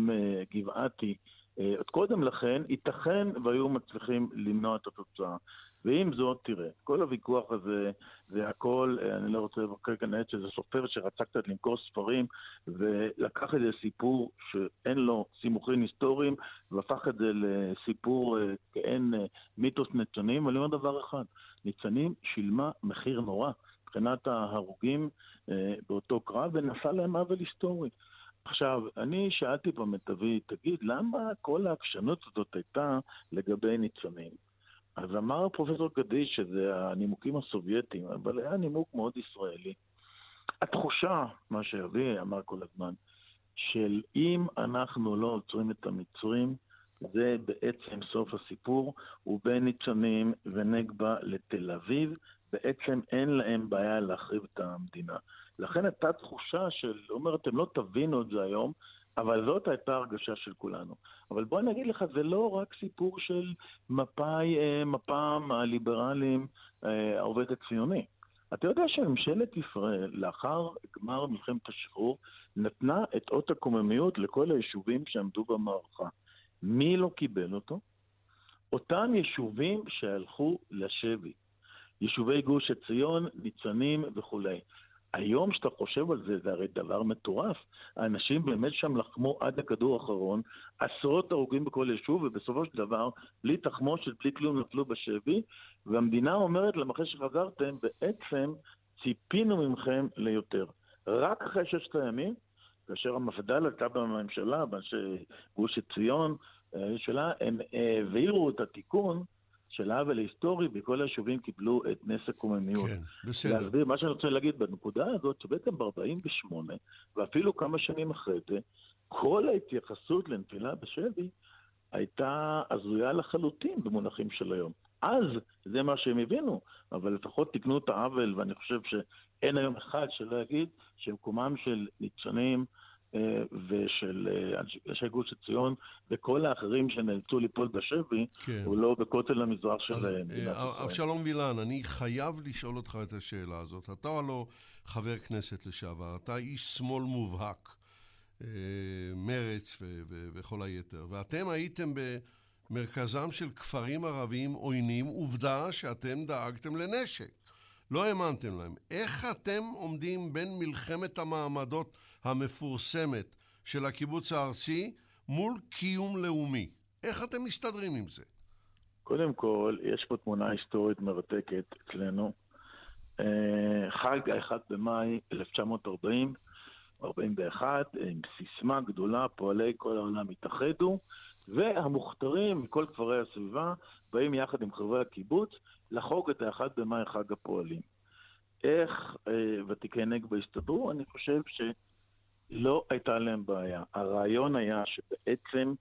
גבעתי, עוד קודם לכן, ייתכן והיו מצליחים למנוע את התוצאה. ועם זאת, תראה, כל הוויכוח הזה, זה הכל, אני לא רוצה לבקר כאן את שזה סופר שרצה קצת למכור ספרים, ולקח את זה סיפור שאין לו סימוכין היסטוריים, והפך את זה לסיפור כאין מיתוס ניצנים, אבל אני אומר דבר אחד, ניצנים שילמה מחיר נורא, מבחינת ההרוגים באותו קרב, ונפל להם עוול היסטורי. עכשיו, אני שאלתי במטבי, תגיד, למה כל העקשנות הזאת הייתה לגבי ניצנים? אז אמר פרופסור קדיש שזה הנימוקים הסובייטיים, אבל היה נימוק מאוד ישראלי. התחושה, מה שאבי אמר כל הזמן, של אם אנחנו לא עוצרים את המצרים, זה בעצם סוף הסיפור, ובין ניצנים ונגבה לתל אביב, בעצם אין להם בעיה להחריב את המדינה. לכן הייתה תחושה של, אומר, אתם לא תבינו את זה היום, אבל זאת הייתה הרגשה של כולנו. אבל בוא נגיד לך, זה לא רק סיפור של מפאי, מפ"ם הליברלים, העובד הציוני. אתה יודע שממשלת ישראל, לאחר גמר מלחמת השחרור, נתנה את אות הקוממיות לכל היישובים שעמדו במערכה. מי לא קיבל אותו? אותם יישובים שהלכו לשבי. יישובי גוש עציון, ניצנים וכו'. היום שאתה חושב על זה, זה הרי דבר מטורף. האנשים באמת שם לחמו עד הכדור האחרון, עשרות הרוגים בכל יישוב, ובסופו של דבר, בלי תחמושת, בלי כלום נפלו בשבי, והמדינה אומרת להם, אחרי שחזרתם, בעצם ציפינו ממכם ליותר. רק אחרי ששת הימים, כאשר המפד"ל עלתה בממשלה, גוש עציון שלה, הם העבירו את התיקון של העוול ההיסטורי, וכל היישובים קיבלו את נס הקוממיות. כן, בסדר. להסביר, מה שאני רוצה להגיד בנקודה הזאת, שבעצם ב-ארבעים ושמונה, ואפילו כמה שנים אחרי זה, כל ההתייחסות לנפילה בשבי, הייתה הזויה לחלוטין במונחים של היום. אז זה מה שהם הבינו, אבל לפחות תקנו את העוול, ואני חושב שאין היום אחד שלא יגיד שמקומם של ניצנים ושל אנשי גוש עציון וכל האחרים שנאלצו ליפול בשבי, כן. הוא לא בכותל המזרח של מדינת ישראל. אבשלום וילן, אני חייב לשאול אותך את השאלה הזאת. אתה לא חבר כנסת לשעבר, אתה איש שמאל מובהק, מרץ ו- ו- וכל היתר, ואתם הייתם במרכזם של כפרים ערביים עוינים, עובדה שאתם דאגתם לנשק. לא האמנתם להם. איך אתם עומדים בין מלחמת המעמדות המפורסמת של הקיבוץ הארצי מול קיום לאומי? איך אתם מסתדרים עם זה? קודם כל, יש פה תמונה היסטורית מרתקת אצלנו. חג ה-אחד במאי אלף תשע מאות ארבעים, ארבעים ואחת, עם סיסמה גדולה, פועלי כל העולם התאחדו, והמוכתרים מכל כפרי הסביבה באים יחד עם חברי הקיבוץ לחוג את ה-אחד במאי, חג הפועלים. איך אה, ותיקי נגבה הסתדרו? אני חושב שלא הייתה להם בעיה. הרעיון היה שבעצם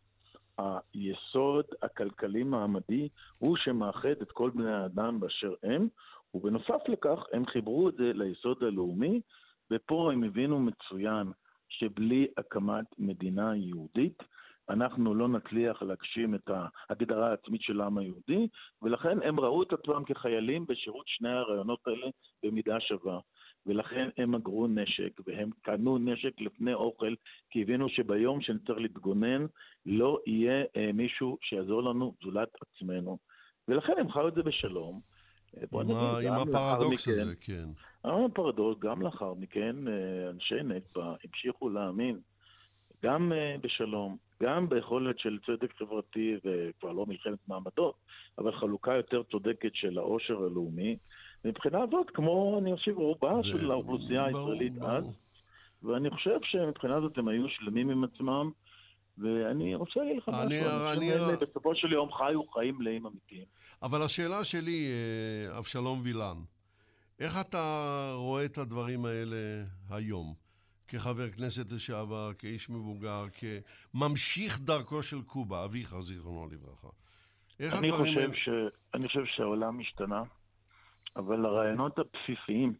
היסוד הכלכלי מעמדי הוא שמאחד את כל בני האדם באשר הם, ובנוסף לכך הם חיברו את זה ליסוד הלאומי, ופה הם הבינו מצוין שבלי הקמת מדינה יהודית, אנחנו לא נצליח להגשים את ההגדרה העצמית של העם היהודי, ולכן הם ראו את עצמם כחיילים בשירות שני הרעיונות האלה במידה שווה. ולכן הם אגרו נשק, והם קנו נשק לפני אוכל, כי הבינו שביום שנצטרך להתגונן, לא יהיה אה, מישהו שיעזור לנו זולת עצמנו. ולכן הם חיו את זה בשלום. עם, ה... עם הפרדוקס מכן, הזה, כן. הפרדוקס, גם לאחר מכן, אנשי נגבה המשיכו להאמין, גם בשלום, גם ביכולת של צדק חברתי, וכבר לא מלחמת מעמדות, אבל חלוקה יותר צודקת של העושר הלאומי. מבחינה הזאת, כמו אני חושב, רובה ו... של האוכלוסייה הישראלית אז, ואני חושב שמבחינה הזאת הם היו שלמים עם עצמם, ואני רוצה להגיד לך משהו, אני חושב שאלה בסופו של יום חיו חיים מלאים אמיתיים. אבל השאלה שלי, אבשלום וילן, איך אתה רואה את הדברים האלה היום? כחבר כנסת לשעבר, כאיש מבוגר, כממשיך דרכו של קובה, אביך זיכרונו לברכה. איך אני הדברים חושב האלה... ש... אני חושב שהעולם השתנה, אבל הרעיונות הבסיסיים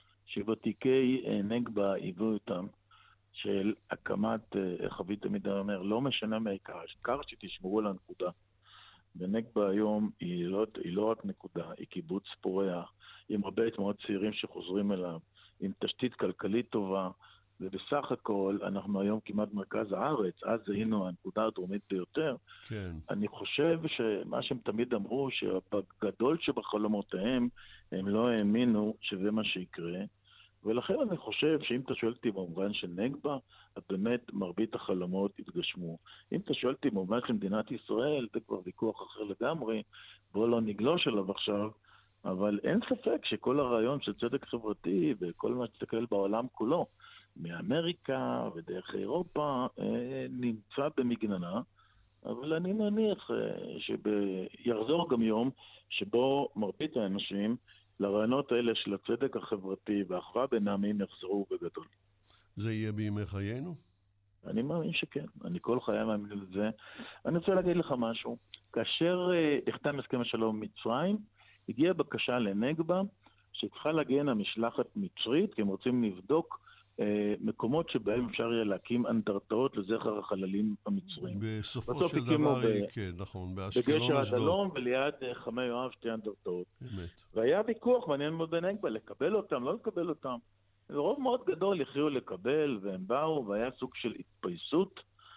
שוותיקי נגבה הביאו אותם, של הקמת, איך אבי תמיד אומר, לא משנה מהעיקר, העיקר שתשמרו על הנקודה. ונגבה היום היא לא, היא לא רק נקודה, היא קיבוץ פורח, עם הרבה מאוד צעירים שחוזרים אליו, עם תשתית כלכלית טובה, ובסך הכל אנחנו היום כמעט מרכז הארץ, אז היינו הנקודה הדרומית ביותר. כן. אני חושב שמה שהם תמיד אמרו, שבגדול שבחלומותיהם הם לא האמינו שזה מה שיקרה, ולכן אני חושב שאם אתה שואל אותי במובן של נגבה, אז באמת מרבית החלומות התגשמו. אם אתה שואל אותי במובן של מדינת ישראל, זה כבר ויכוח אחר לגמרי, בוא לא נגלוש עליו עכשיו, אבל אין ספק שכל הרעיון של צדק חברתי וכל מה שתסתכל בעולם כולו, מאמריקה ודרך אירופה, נמצא במגננה, אבל אני מניח שיחזור גם יום שבו מרבית האנשים לרעיונות האלה של הצדק החברתי והאחווה בין העמים יחזרו בגדול. זה יהיה בימי חיינו? אני מאמין שכן, אני כל חיי מאמין לזה. אני רוצה להגיד לך משהו, כאשר נחתם הסכם השלום מצרים, הגיעה בקשה לנגבה שצריכה להגיע המשלחת מצרית, כי הם רוצים לבדוק מקומות שבהם אפשר יהיה להקים אנדרטאות לזכר החללים המצרים. בסופו של דבר, ב... כן, נכון, באשקלון בגשר הדלום וליד חמי יואב שתי אנדרטאות. אמת. והיה ויכוח מעניין מאוד בנגבה, לקבל אותם, לא לקבל אותם. רוב מאוד גדול הכריעו לקבל, והם באו, והיה סוג של התפייסות.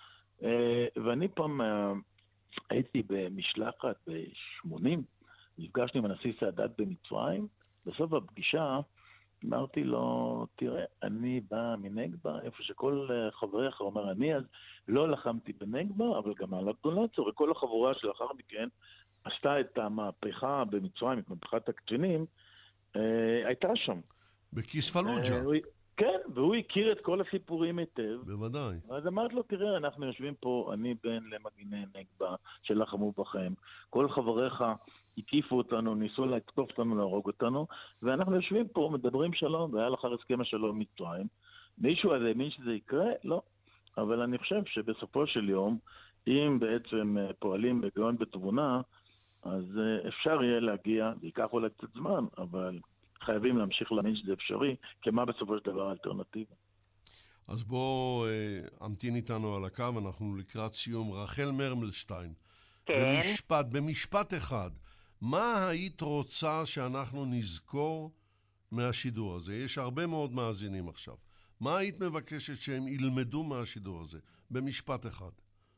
ואני פעם הייתי במשלחת ב-שמונים, נפגשתי עם הנשיא סאדאת במצרים, בסוף הפגישה אמרתי לו, תראה, אני בא מנגבה, איפה שכל חבריך אומר אני, אז לא לחמתי בנגבה, אבל גם על הגדולצו, וכל החבורה שלאחר מכן עשתה את המהפכה במצרים, את מהפכת הקצינים, אה, הייתה שם. בכיס פלוג'ה. אה, כן, והוא הכיר את כל הסיפורים היטב. בוודאי. אז אמרת לו, תראה, אנחנו יושבים פה, אני בן למגיני נגבה שלחמו בכם, כל חבריך הקיפו אותנו, ניסו לתקוף אותנו, להרוג אותנו, ואנחנו יושבים פה, מדברים שלום, והיה לאחר הסכם השלום מצרים. מישהו הזה האמין שזה יקרה? לא. אבל אני חושב שבסופו של יום, אם בעצם פועלים בגאון בתבונה, אז אפשר יהיה להגיע, זה ייקח אולי קצת זמן, אבל חייבים להמשיך להאמין שזה אפשרי, כי מה בסופו של דבר האלטרנטיבה. אז בוא אמתין איתנו על הקו, אנחנו לקראת סיום. רחל מרמלשטיין, כן. במשפט, במשפט אחד, מה היית רוצה שאנחנו נזכור מהשידור הזה? יש הרבה מאוד מאזינים עכשיו. מה היית מבקשת שהם ילמדו מהשידור הזה? במשפט אחד.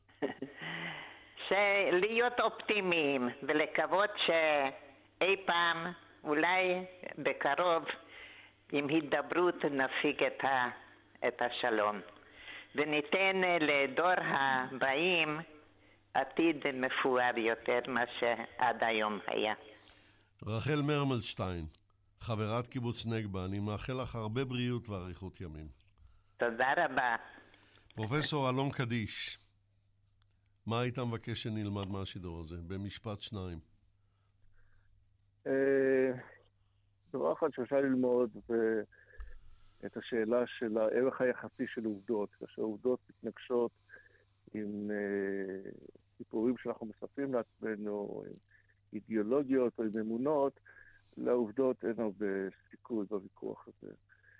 להיות אופטימיים ולקוות שאי פעם, אולי בקרוב, עם הידברות נשיג את, ה, את השלום. וניתן לדור הבאים עתיד מפואר יותר מה שעד היום היה. רחל מרמלשטיין, חברת קיבוץ נגבה, אני מאחל לך הרבה בריאות ואריכות ימים. תודה רבה. פרופסור אלון קדיש, מה היית מבקש שנלמד מהשידור הזה? במשפט שניים. דבר אחד שאפשר ללמוד את השאלה של הערך היחסי של עובדות, כאשר עובדות מתנגשות עם סיפורים שאנחנו מספרים לעצמנו, עם אידיאולוגיות או עם אמונות, לעובדות אין הרבה סיכוי בוויכוח הזה.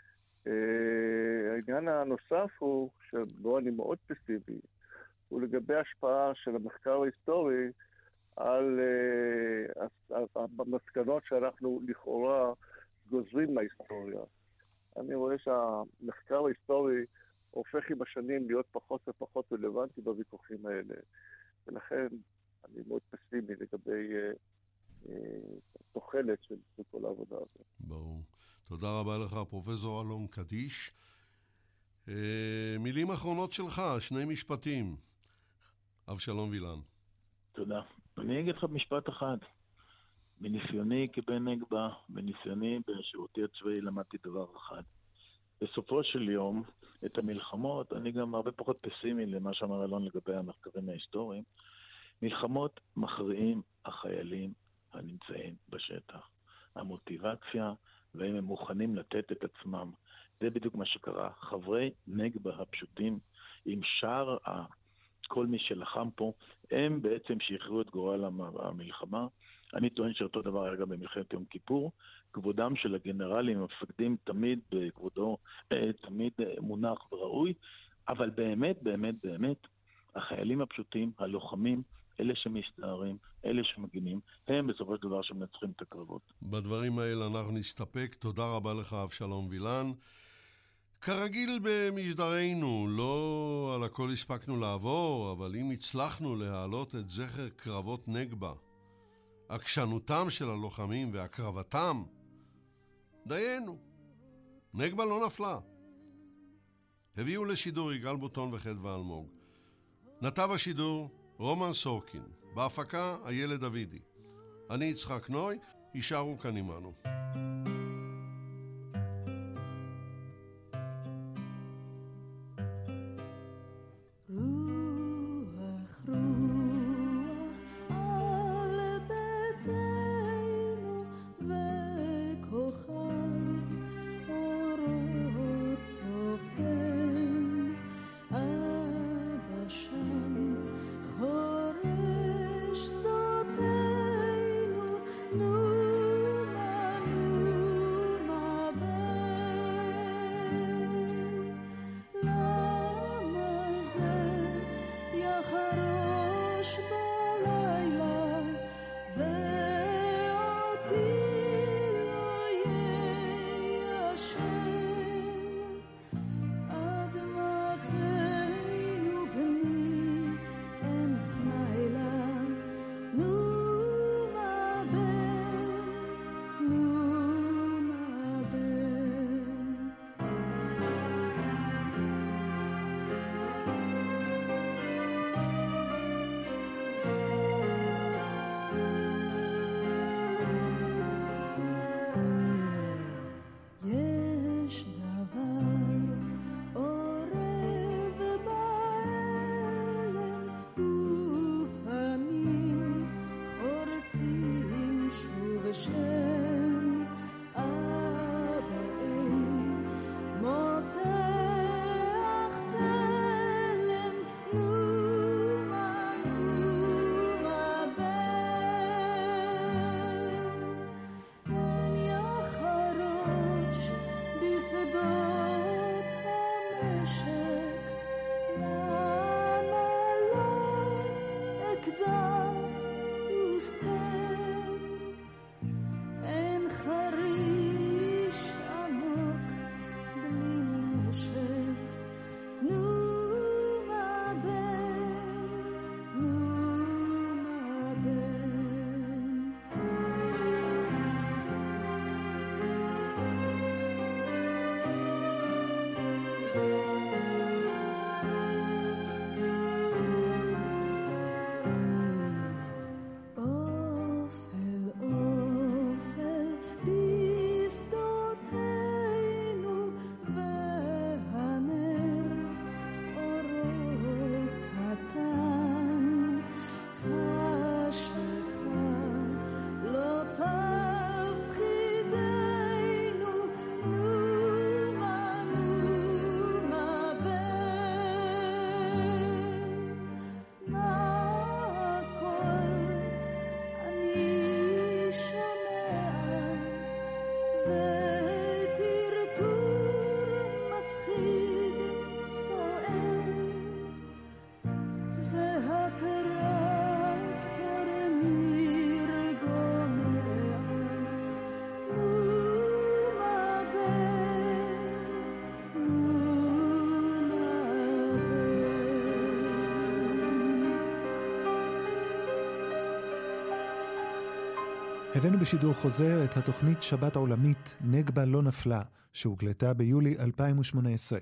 העניין הנוסף הוא, שבו אני מאוד פסימי, הוא לגבי השפעה של המחקר ההיסטורי על המסקנות שאנחנו לכאורה גוזרים מההיסטוריה. אני רואה שהמחקר ההיסטורי הופך עם השנים להיות פחות ופחות רלוונטי בוויכוחים האלה. ולכן אני מאוד פסימי לגבי תוחלת של כל העבודה הזאת. ברור. תודה רבה לך, פרופסור אלון קדיש. מילים אחרונות שלך, שני משפטים. אבשלום וילן. תודה. אני אגיד לך משפט אחד. מניסיוני כבן נגבה, מניסיוני בשירותי הצבאי, למדתי דבר אחד. בסופו של יום, את המלחמות, אני גם הרבה פחות פסימי למה שאמר אלון לגבי המחקרים ההיסטוריים, מלחמות מכריעים החיילים הנמצאים בשטח. המוטיבציה, והם הם מוכנים לתת את עצמם. זה בדיוק מה שקרה. חברי נגבה הפשוטים, עם שאר כל מי שלחם פה, הם בעצם שיחררו את גורל המלחמה. אני טוען שאותו דבר היה גם במלחמת יום כיפור. כבודם של הגנרלים, המפקדים, תמיד בכבודו, תמיד מונח וראוי, אבל באמת, באמת, באמת, החיילים הפשוטים, הלוחמים, אלה שמסתערים, אלה שמגינים, הם בסופו של דבר שמנצחים את הקרבות. בדברים האלה אנחנו נסתפק. תודה רבה לך, אבשלום וילן. כרגיל במשדרנו, לא על הכל הספקנו לעבור, אבל אם הצלחנו להעלות את זכר קרבות נגבה, עקשנותם של הלוחמים והקרבתם, דיינו. נגבה לא נפלה. הביאו לשידור יגאל בוטון וחדווה אלמוג. נתב השידור רומן סורקין, בהפקה הילד דוידי. אני יצחק נוי, יישארו כאן עמנו. הבאנו בשידור חוזר את התוכנית שבת עולמית נגבה לא נפלה, שהוקלטה ביולי אלפיים ושמונה עשרה.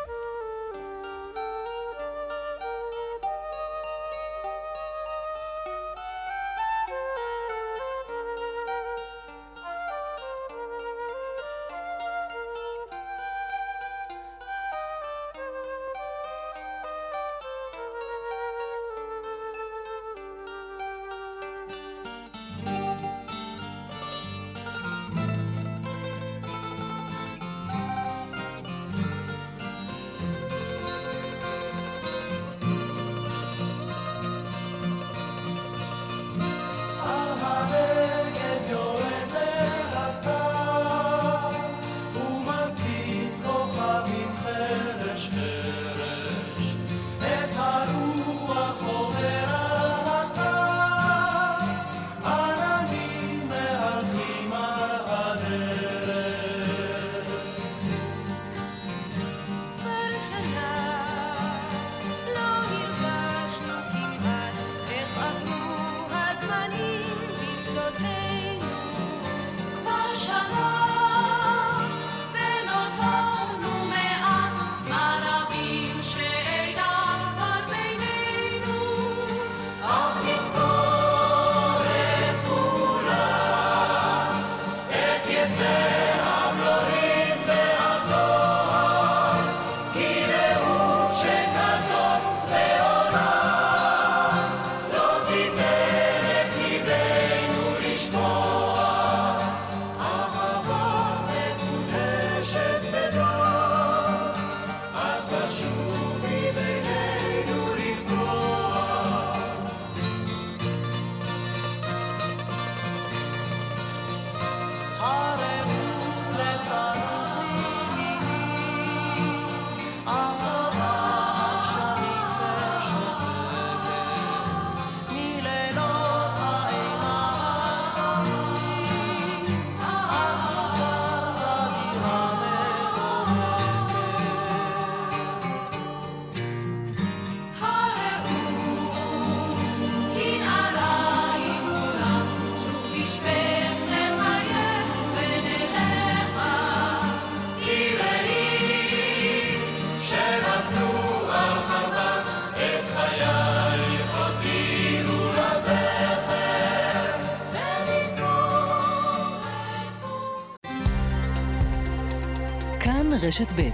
רשת ב'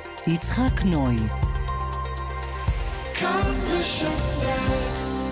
יצחק נוי. כאן רשת ב'.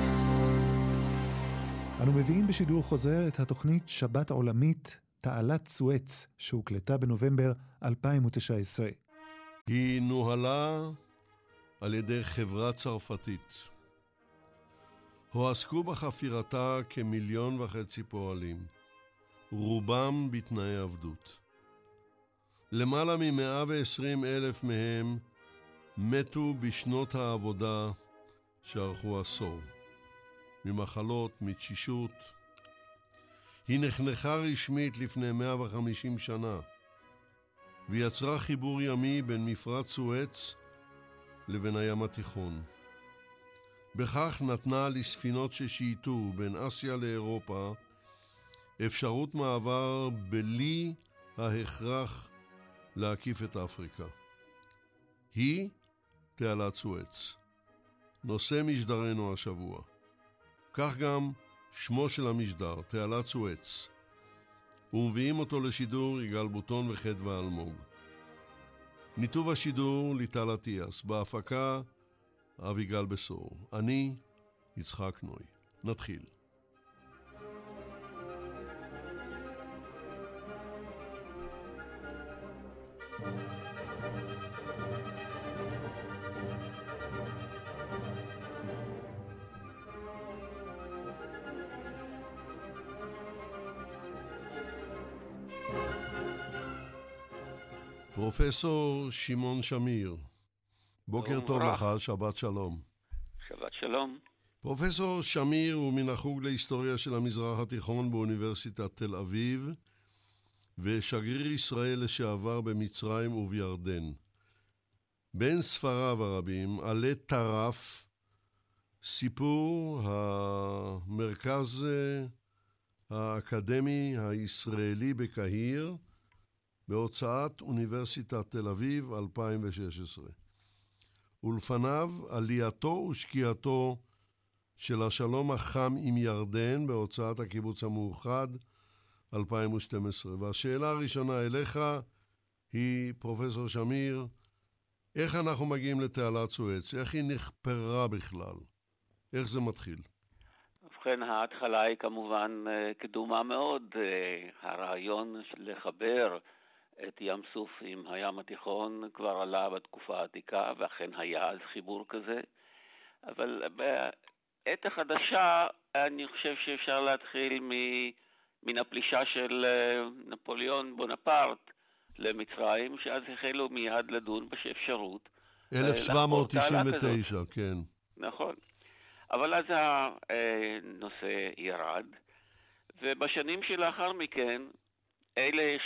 אנו מביאים בשידור חוזר את התוכנית שבת עולמית תעלת סואץ, שהוקלטה בנובמבר אלפיים ותשע עשרה. היא נוהלה על ידי חברה צרפתית. הועסקו בחפירתה כמיליון וחצי פועלים, רובם בתנאי עבדות. למעלה מ-מאה ועשרים אלף מהם מתו בשנות העבודה שערכו עשור, ממחלות, מתשישות. היא נחנכה רשמית לפני מאה וחמישים שנה, ויצרה חיבור ימי בין מפרץ סואץ לבין הים התיכון. בכך נתנה לספינות ששייטו בין אסיה לאירופה אפשרות מעבר בלי ההכרח להקיף את אפריקה. היא תעלת סואץ, נושא משדרנו השבוע. כך גם שמו של המשדר, תעלת סואץ, ומביאים אותו לשידור יגאל בוטון וחדווה אלמוג. ניתוב השידור ליטל אטיאס, בהפקה אביגל בסור. אני יצחק נוי. נתחיל. פרופסור שמעון שמיר, בוקר טוב לך, שבת שלום. שבת שלום. פרופסור שמיר הוא מן החוג להיסטוריה של המזרח התיכון באוניברסיטת תל אביב, ושגריר ישראל לשעבר במצרים ובירדן. בין ספריו הרבים, עלי טרף, סיפור המרכז האקדמי הישראלי בקהיר, בהוצאת אוניברסיטת תל אביב אלפיים ושש עשרה. ולפניו עלייתו ושקיעתו של השלום החם עם ירדן בהוצאת הקיבוץ המאוחד אלפיים ושתים עשרה. והשאלה הראשונה אליך היא, פרופסור שמיר, איך אנחנו מגיעים לתעלת סואץ? איך היא נחפרה בכלל? איך זה מתחיל? ובכן, ההתחלה היא כמובן קדומה מאוד. הרעיון לחבר את ים סוף עם הים התיכון כבר עלה בתקופה העתיקה, ואכן היה אז חיבור כזה. אבל בעת החדשה אני חושב שאפשר להתחיל מן הפלישה של נפוליאון בונפרט למצרים, שאז החלו מיד לדון באפשרות. אלף שבע מאות תשעים ותשע, כן. נכון. אבל אז הנושא ירד, ובשנים שלאחר מכן, אלה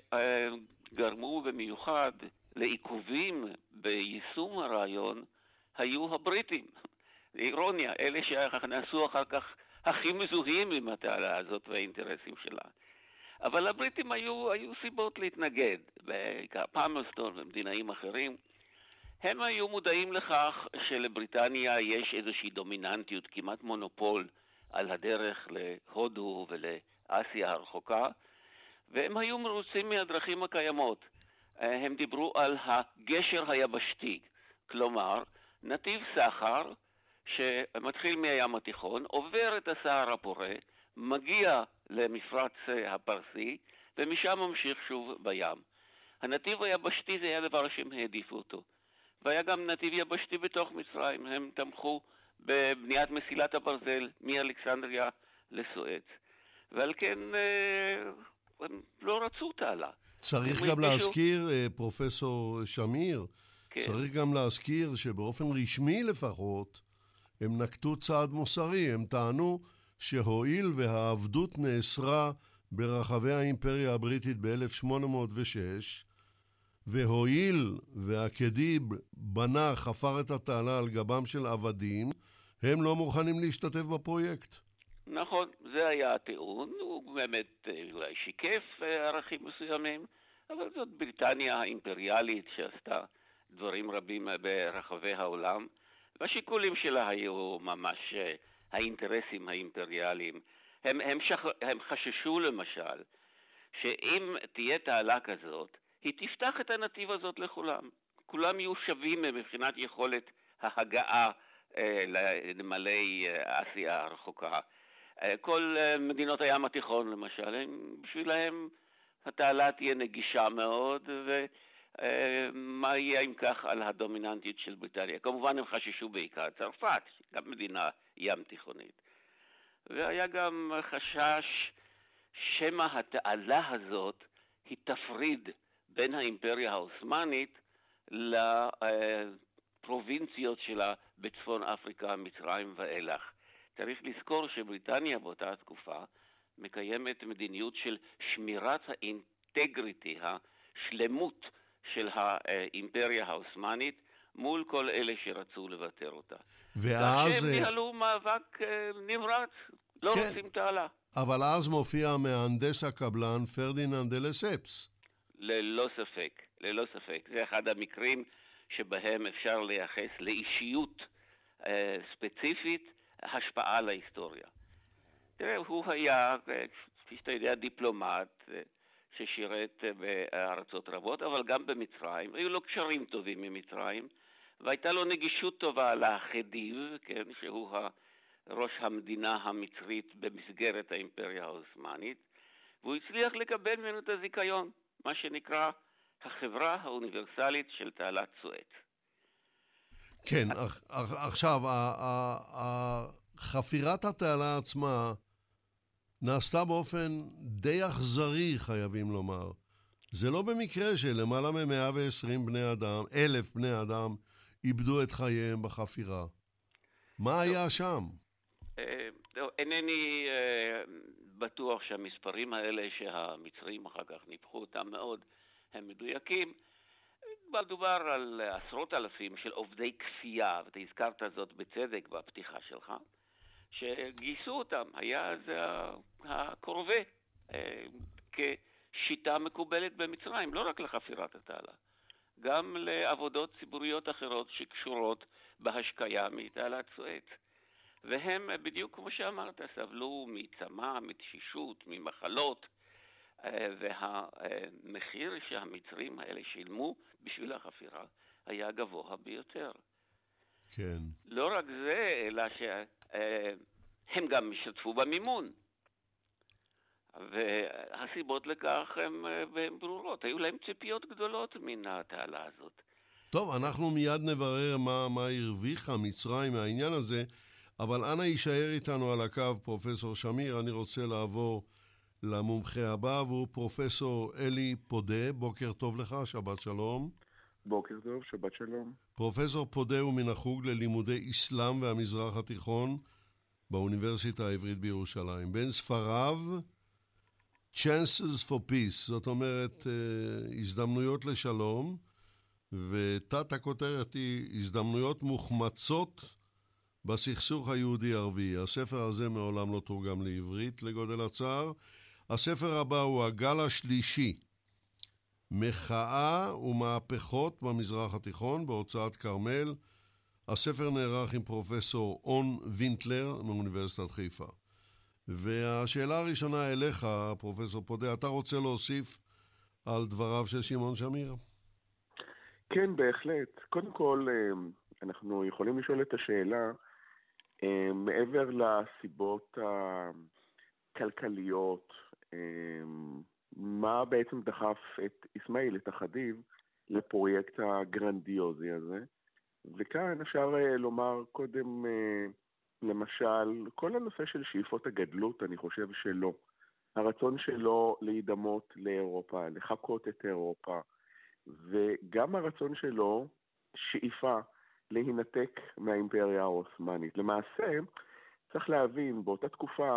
שגרמו במיוחד לעיכובים ביישום הרעיון, היו הבריטים. אירוניה, אלה שנעשו אחר כך הכי מזוהים עם התעלה הזאת והאינטרסים שלה. אבל הבריטים היו, היו סיבות להתנגד, בעיקר פלמרסטון ומדינאים אחרים. הם היו מודעים לכך שלבריטניה יש איזושהי דומיננטיות, כמעט מונופול, על הדרך להודו ולאסיה הרחוקה, והם היו מרוצים מהדרכים הקיימות. הם דיברו על הגשר היבשתי, כלומר, נתיב סחר שמתחיל מהים התיכון, עובר את הסהר הפורה, מגיע למפרץ הפרסי, ומשם ממשיך שוב בים. הנתיב היבשתי זה היה דבר שהם העדיפו אותו. והיה גם נתיב יבשתי בתוך מצרים. הם תמכו בבניית מסילת הברזל מאלכסנדריה לסואץ. ועל כן הם לא רצו תעלה. צריך גם להזכיר, פרופסור שמיר, כן. צריך גם להזכיר שבאופן רשמי לפחות, הם נקטו צעד מוסרי. הם טענו שהואיל והעבדות נאסרה ברחבי האימפריה הבריטית ב-אלף שמונה מאות ושש, והואיל והקדיב בנה, חפר את התעלה על גבם של עבדים, הם לא מוכנים להשתתף בפרויקט. נכון, זה היה הטיעון, הוא באמת אולי שיקף ערכים מסוימים, אבל זאת בריטניה האימפריאלית שעשתה דברים רבים ברחבי העולם, והשיקולים שלה היו ממש האינטרסים האימפריאליים. הם, הם, שח... הם חששו למשל שאם תהיה תעלה כזאת, היא תפתח את הנתיב הזאת לכולם. כולם יהיו שווים מבחינת יכולת ההגעה אה, לנמלי אסיה הרחוקה. אה, כל אה, מדינות הים התיכון למשל, הם, בשבילהם התעלה תהיה נגישה מאוד, ומה אה, יהיה עם כך על הדומיננטיות של בריטניה. כמובן הם חששו בעיקר צרפת, גם מדינה ים תיכונית. והיה גם חשש שמה התעלה הזאת היא תפריד בין האימפריה העות'מאנית לפרובינציות שלה בצפון אפריקה, מצרים ואילך. צריך לזכור שבריטניה באותה תקופה מקיימת מדיניות של שמירת האינטגריטי, השלמות של האימפריה העות'מאנית מול כל אלה שרצו לוותר אותה. ואז... הם ניהלו מאבק נמרץ, לא כן, רוצים תעלה. אבל אז מופיע מהנדס הקבלן פרדיננד דה לספס. ללא ספק, ללא ספק. זה אחד המקרים שבהם אפשר לייחס לאישיות אה, ספציפית השפעה על ההיסטוריה. תראה, הוא היה, כפי שאתה יודע, דיפלומט אה, ששירת בארצות רבות, אבל גם במצרים. היו לו קשרים טובים ממצרים, והייתה לו נגישות טובה לחדיב, כן, שהוא ראש המדינה המצרית במסגרת האימפריה העות'מאנית, והוא הצליח לקבל ממנו את הזיכיון, מה שנקרא החברה האוניברסלית של תעלת סואץ. כן, עכשיו, חפירת התעלה עצמה נעשתה באופן די אכזרי, חייבים לומר. זה לא במקרה שלמעלה מ-מאה ועשרים בני אדם, אלף בני אדם, איבדו את חייהם בחפירה. מה היה שם? אינני בטוח שהמספרים האלה שהמצרים אחר כך ניפחו אותם מאוד הם מדויקים. מדובר על עשרות אלפים של עובדי כפייה, ואתה הזכרת זאת בצדק בפתיחה שלך, שגייסו אותם. היה אז הקורבה כשיטה מקובלת במצרים, לא רק לחפירת התעלה, גם לעבודות ציבוריות אחרות שקשורות בהשקיה מתעלת סואץ. והם, בדיוק כמו שאמרת, סבלו מצמא, מתשישות, ממחלות, והמחיר שהמצרים האלה שילמו בשביל החפירה היה גבוה ביותר. כן. לא רק זה, אלא שהם גם השתתפו במימון. והסיבות לכך הן ברורות. היו להם ציפיות גדולות מן התעלה הזאת. טוב, אנחנו מיד נברר מה, מה הרוויחה מצרים מהעניין הזה, אבל אנא יישאר איתנו על הקו פרופסור שמיר. אני רוצה לעבור למומחה הבא, והוא פרופסור אלי פודה. בוקר טוב לך, שבת שלום. בוקר טוב, שבת שלום. פרופסור פודה הוא מן החוג ללימודי אסלאם והמזרח התיכון באוניברסיטה העברית בירושלים. בין ספריו, Chances for Peace, זאת אומרת, הזדמנויות לשלום, ותת הכותרת היא הזדמנויות מוחמצות בסכסוך היהודי-ערבי. הספר הזה מעולם לא תורגם לעברית לגודל הצער. הספר הבא הוא הגל השלישי, מחאה ומהפכות במזרח התיכון, בהוצאת כרמל. הספר נערך עם פרופסור און וינטלר מאוניברסיטת חיפה. והשאלה הראשונה אליך, פרופסור פודה, אתה רוצה להוסיף על דבריו של שמעון שמיר? כן, בהחלט. קודם כל, אנחנו יכולים לשאול את השאלה, מעבר לסיבות הכלכליות, מה בעצם דחף את אסמאעיל, את החדיב, לפרויקט הגרנדיוזי הזה? וכאן אפשר לומר קודם, למשל, כל הנושא של שאיפות הגדלות, אני חושב שלא. הרצון שלו להידמות לאירופה, לחקות את אירופה, וגם הרצון שלו, שאיפה, להינתק מהאימפריה העות'מאנית. למעשה, צריך להבין, באותה תקופה,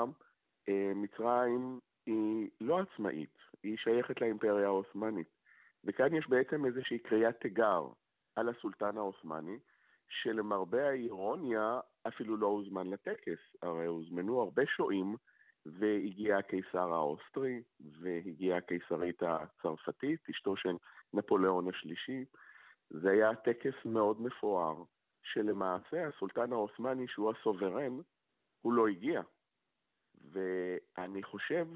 מצרים היא לא עצמאית, היא שייכת לאימפריה העות'מאנית. וכאן יש בעצם איזושהי קריאת תיגר על הסולטן העות'מאני, שלמרבה האירוניה אפילו לא הוזמן לטקס. הרי הוזמנו הרבה שואים, והגיע הקיסר האוסטרי, והגיעה הקיסרית הצרפתית, אשתו של נפוליאון השלישי. זה היה טקס מאוד מפואר, שלמעשה הסולטן העות'מאני, שהוא הסוברן, הוא לא הגיע. ואני חושב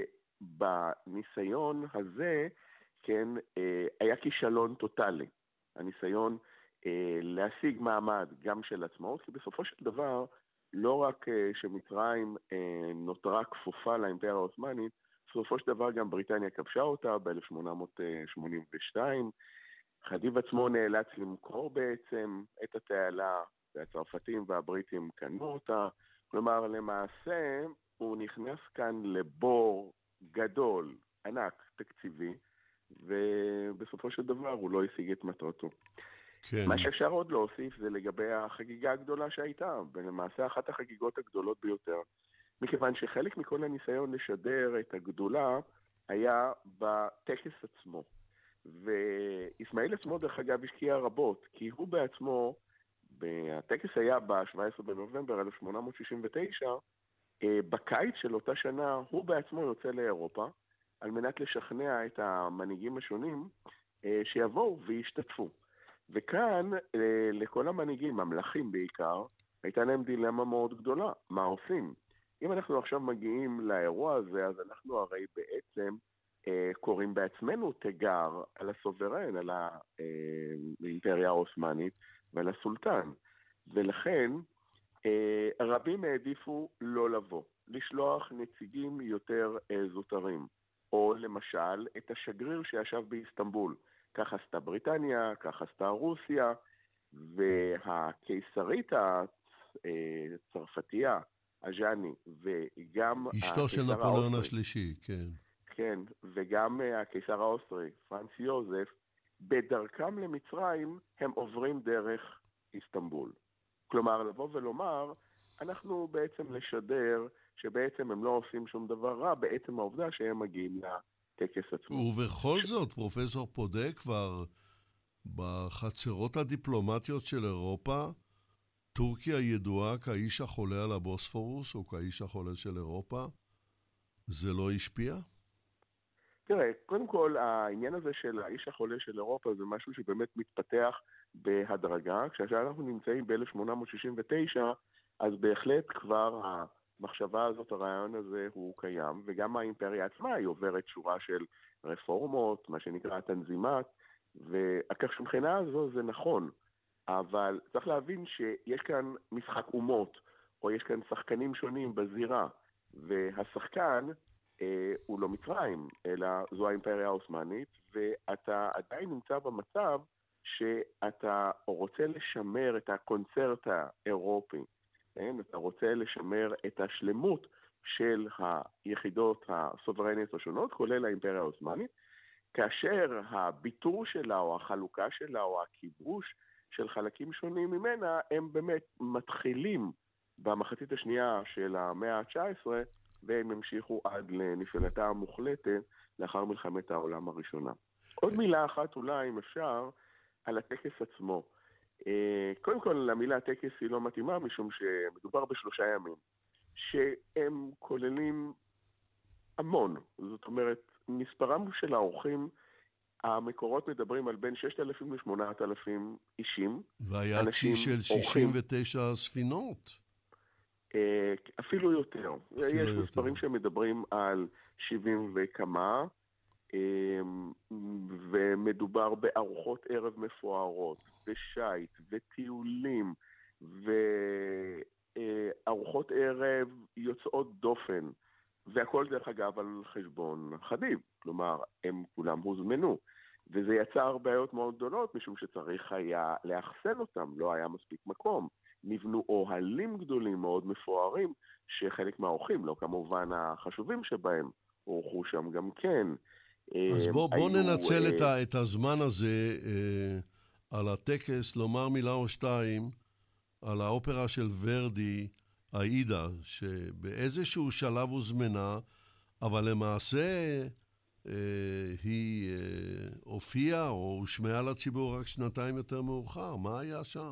שבניסיון הזה, כן, היה כישלון טוטלי. הניסיון להשיג מעמד גם של עצמאות, כי בסופו של דבר, לא רק שמצרים נותרה כפופה לאימפריה העות'מאנית, בסופו של דבר גם בריטניה כבשה אותה ב-אלף שמונה מאות שמונים ושתיים. חדיב עצמו נאלץ למכור בעצם את התעלה, והצרפתים והבריטים קנו אותה. כלומר, למעשה, הוא נכנס כאן לבור גדול, ענק, תקציבי, ובסופו של דבר הוא לא השיג את מטרתו. כן. מה שאפשר עוד להוסיף זה לגבי החגיגה הגדולה שהייתה, ולמעשה אחת החגיגות הגדולות ביותר, מכיוון שחלק מכל הניסיון לשדר את הגדולה היה בטקס עצמו. ואסמאעיל עצמו דרך אגב השקיע רבות, כי הוא בעצמו, הטקס היה ב-שבעה עשר בנובמבר אלף שמונה מאות שישים ותשע, בקיץ של אותה שנה הוא בעצמו יוצא לאירופה, על מנת לשכנע את המנהיגים השונים שיבואו וישתתפו. וכאן לכל המנהיגים, ממלכים בעיקר, הייתה להם דילמה מאוד גדולה, מה עושים? אם אנחנו עכשיו מגיעים לאירוע הזה, אז אנחנו הרי בעצם קוראים בעצמנו תיגר על הסוברן, על האימפריה העות'מאנית ועל הסולטן. ולכן רבים העדיפו לא לבוא, לשלוח נציגים יותר זוטרים, או למשל את השגריר שישב באיסטנבול. כך עשתה בריטניה, כך עשתה רוסיה, והקיסרית הצרפתייה, אג'אני, וגם אשתו של נפוליאון השלישי, כן. כן, וגם הקיסר האוסטרי, פרנץ יוזף, בדרכם למצרים הם עוברים דרך איסטנבול. כלומר, לבוא ולומר, אנחנו בעצם לשדר שבעצם הם לא עושים שום דבר רע, בעצם העובדה שהם מגיעים לטקס עצמו. ובכל זאת, פרופסור פודה כבר בחצרות הדיפלומטיות של אירופה, טורקיה ידועה כאיש החולה על הבוספורוס, או כאיש החולה של אירופה. זה לא השפיע? תראה, קודם כל, העניין הזה של האיש החולה של אירופה זה משהו שבאמת מתפתח בהדרגה. כשאנחנו נמצאים ב-אלף שמונה מאות שישים ותשע, אז בהחלט כבר המחשבה הזאת, הרעיון הזה הוא קיים, וגם האימפריה עצמה היא עוברת שורה של רפורמות, מה שנקרא תנזימת, וכך שמבחינה הזו זה נכון. אבל צריך להבין שיש כאן משחק אומות, או יש כאן שחקנים שונים בזירה, והשחקן אה, הוא לא מצרים, אלא זו האימפריה העות'מאנית, ואתה עדיין נמצא במצב שאתה רוצה לשמר את הקונצרט האירופי, כן? אתה רוצה לשמר את השלמות של היחידות הסוברניות השונות, כולל האימפריה העות'מאנית, כאשר הביטור שלה או החלוקה שלה או הכיבוש של חלקים שונים ממנה, הם באמת מתחילים במחצית השנייה של המאה ה-תשע עשרה, והם המשיכו עד לנפילתה המוחלטת לאחר מלחמת העולם הראשונה. עוד מילה אחת אולי, אם אפשר, על הטקס עצמו. קודם כל, המילה טקס היא לא מתאימה, משום שמדובר בשלושה ימים, שהם כוללים המון. זאת אומרת, מספרם של האורחים, המקורות מדברים על בין שישת אלפים ל-שמונת אלפים אישים. והיה צי של שישים ותשע ספינות. אפילו יותר. אפילו יש יותר. מספרים שמדברים על שבעים וכמה, ומדובר בארוחות ערב מפוארות, ושייט, וטיולים, וארוחות ערב יוצאות דופן, והכל דרך אגב על חשבון חדיב. כלומר, הם כולם הוזמנו. וזה יצר בעיות מאוד גדולות, משום שצריך היה לאחסן אותם, לא היה מספיק מקום. נבנו אוהלים גדולים מאוד מפוארים, שחלק מהאורחים, לא כמובן החשובים שבהם, אורחו שם גם כן. אז בוא, בוא ננצל אה... את, ה, את הזמן הזה אה, על הטקס, לומר מילה או שתיים על האופרה של ורדי, האידה, שבאיזשהו שלב הוזמנה, אבל למעשה אה, היא אה, הופיעה או הושמעה לציבור רק שנתיים יותר מאוחר. מה היה שם?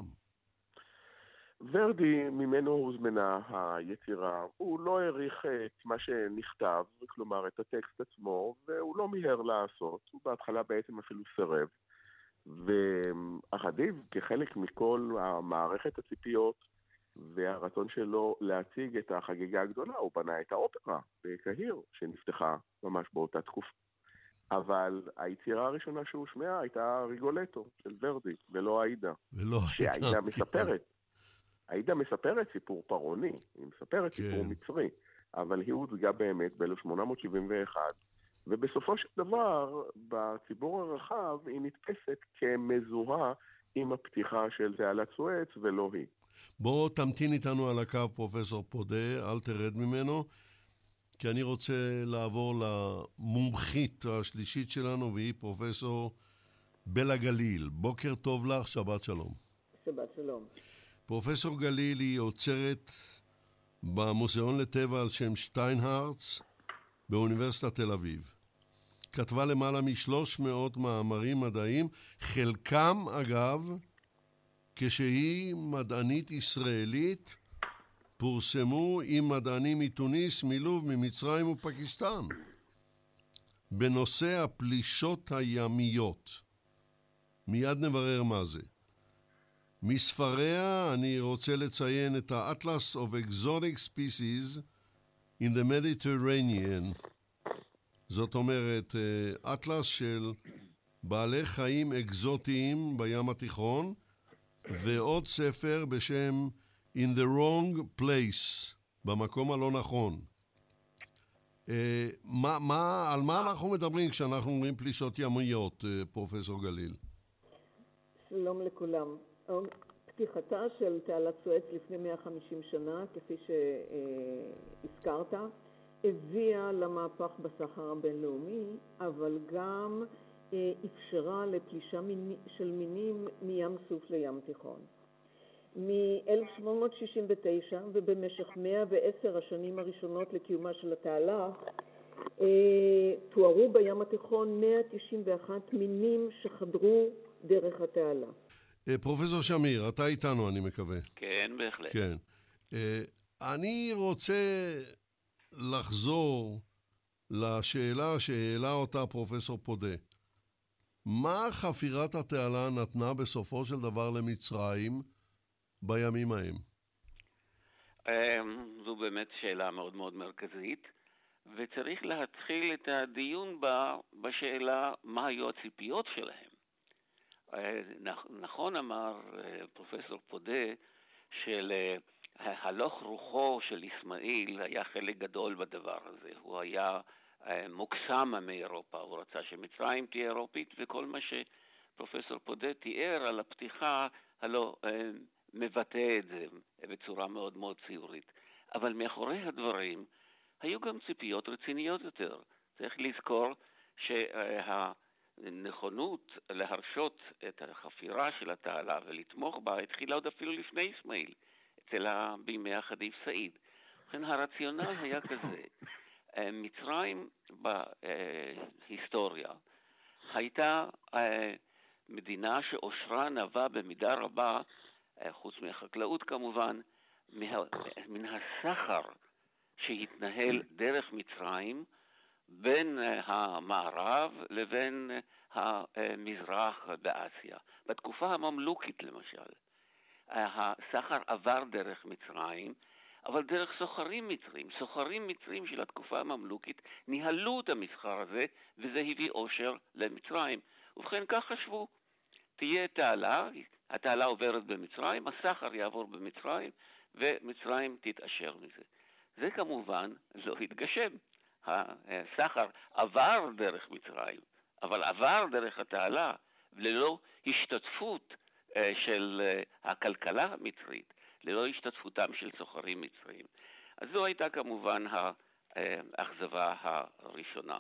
ורדי, ממנו הוזמנה היצירה, הוא לא העריך את מה שנכתב, כלומר את הטקסט עצמו, והוא לא מיהר לעשות, הוא בהתחלה בעצם אפילו סירב. והחדיב, כחלק מכל המערכת הציפיות והרצון שלו להציג את החגיגה הגדולה, הוא בנה את האופרה בקהיר, שנפתחה ממש באותה תקופה. אבל היצירה הראשונה שהושמעה הייתה ריגולטו של ורדי, ולא האידה. ולא שהאידה מספרת. האידה מספרת סיפור פרוני, היא מספרת כן. סיפור מצרי, אבל היא הוצגה באמת ב-אלף שמונה מאות שבעים ואחת, ובסופו של דבר, בציבור הרחב, היא נתפסת כמזוהה עם הפתיחה של תעלת סואץ, ולא היא. בוא תמתין איתנו על הקו, פרופסור פודה, אל תרד ממנו, כי אני רוצה לעבור למומחית השלישית שלנו, והיא פרופסור בלה גליל. בוקר טוב לך, שבת שלום. שבת שלום. פרופסור גליל היא עוצרת במוזיאון לטבע על שם שטיינהרץ באוניברסיטת תל אביב. כתבה למעלה משלוש מאות מאמרים מדעיים, חלקם אגב, כשהיא מדענית ישראלית, פורסמו עם מדענים מתוניס, מלוב, ממצרים ופקיסטן, בנושא הפלישות הימיות. מיד נברר מה זה. מספריה אני רוצה לציין את ה-Atlas of Exotic Species in the Mediterranean. זאת אומרת, אטלס של בעלי חיים אקזוטיים בים התיכון, ועוד ספר בשם In the Wrong Place, במקום הלא נכון. מה, מה, על מה אנחנו מדברים כשאנחנו אומרים פלישות ימיות, פרופסור גליל? שלום לכולם. פתיחתה של תעלת סואץ לפני מאה וחמישים שנה, כפי שהזכרת, הביאה למהפך בסחר הבינלאומי, אבל גם אפשרה לפלישה מיני, של מינים מים סוף לים תיכון. מ-אלף שמונה מאות שישים ותשע ובמשך מאה ועשר השנים הראשונות לקיומה של התעלה, תוארו בים התיכון מאה תשעים ואחת מינים שחדרו דרך התעלה. פרופסור שמיר, אתה איתנו, אני מקווה. כן, בהחלט. כן. אני רוצה לחזור לשאלה שהעלה אותה פרופסור פודה. מה חפירת התעלה נתנה בסופו של דבר למצרים בימים ההם? זו באמת שאלה מאוד מאוד מרכזית, וצריך להתחיל את הדיון בה בשאלה מה היו הציפיות שלהם. נכון אמר פרופסור פודה של הלוך רוחו של אסמאעיל היה חלק גדול בדבר הזה. הוא היה מוקסם מאירופה, הוא רצה שמצרים תהיה אירופית, וכל מה שפרופסור פודה תיאר על הפתיחה הלא מבטא את זה בצורה מאוד מאוד ציורית. אבל מאחורי הדברים היו גם ציפיות רציניות יותר. צריך לזכור שהנכונות להרשות את החפירה של התעלה ולתמוך בה התחילה עוד אפילו לפני אסמאעיל, אצל בימי החדיף סעיד. לכן הרציונל היה כזה. מצרים בהיסטוריה הייתה מדינה שאושרה נבע במידה רבה, חוץ מהחקלאות כמובן, מן הסחר שהתנהל דרך מצרים בין המערב לבין המזרח באסיה. בתקופה הממלוכית למשל, הסחר עבר דרך מצרים, אבל דרך סוחרים מצרים. סוחרים מצרים של התקופה הממלוכית ניהלו את המסחר הזה, וזה הביא אושר למצרים. ובכן כך חשבו, תהיה תעלה, התעלה עוברת במצרים, הסחר יעבור במצרים, ומצרים תתעשר מזה. זה כמובן לא התגשם. הסחר עבר דרך מצרים, אבל עבר דרך התעלה, ללא השתתפות של הכלכלה המצרית, ללא השתתפותם של סוחרים מצרים. אז זו הייתה כמובן האכזבה הראשונה.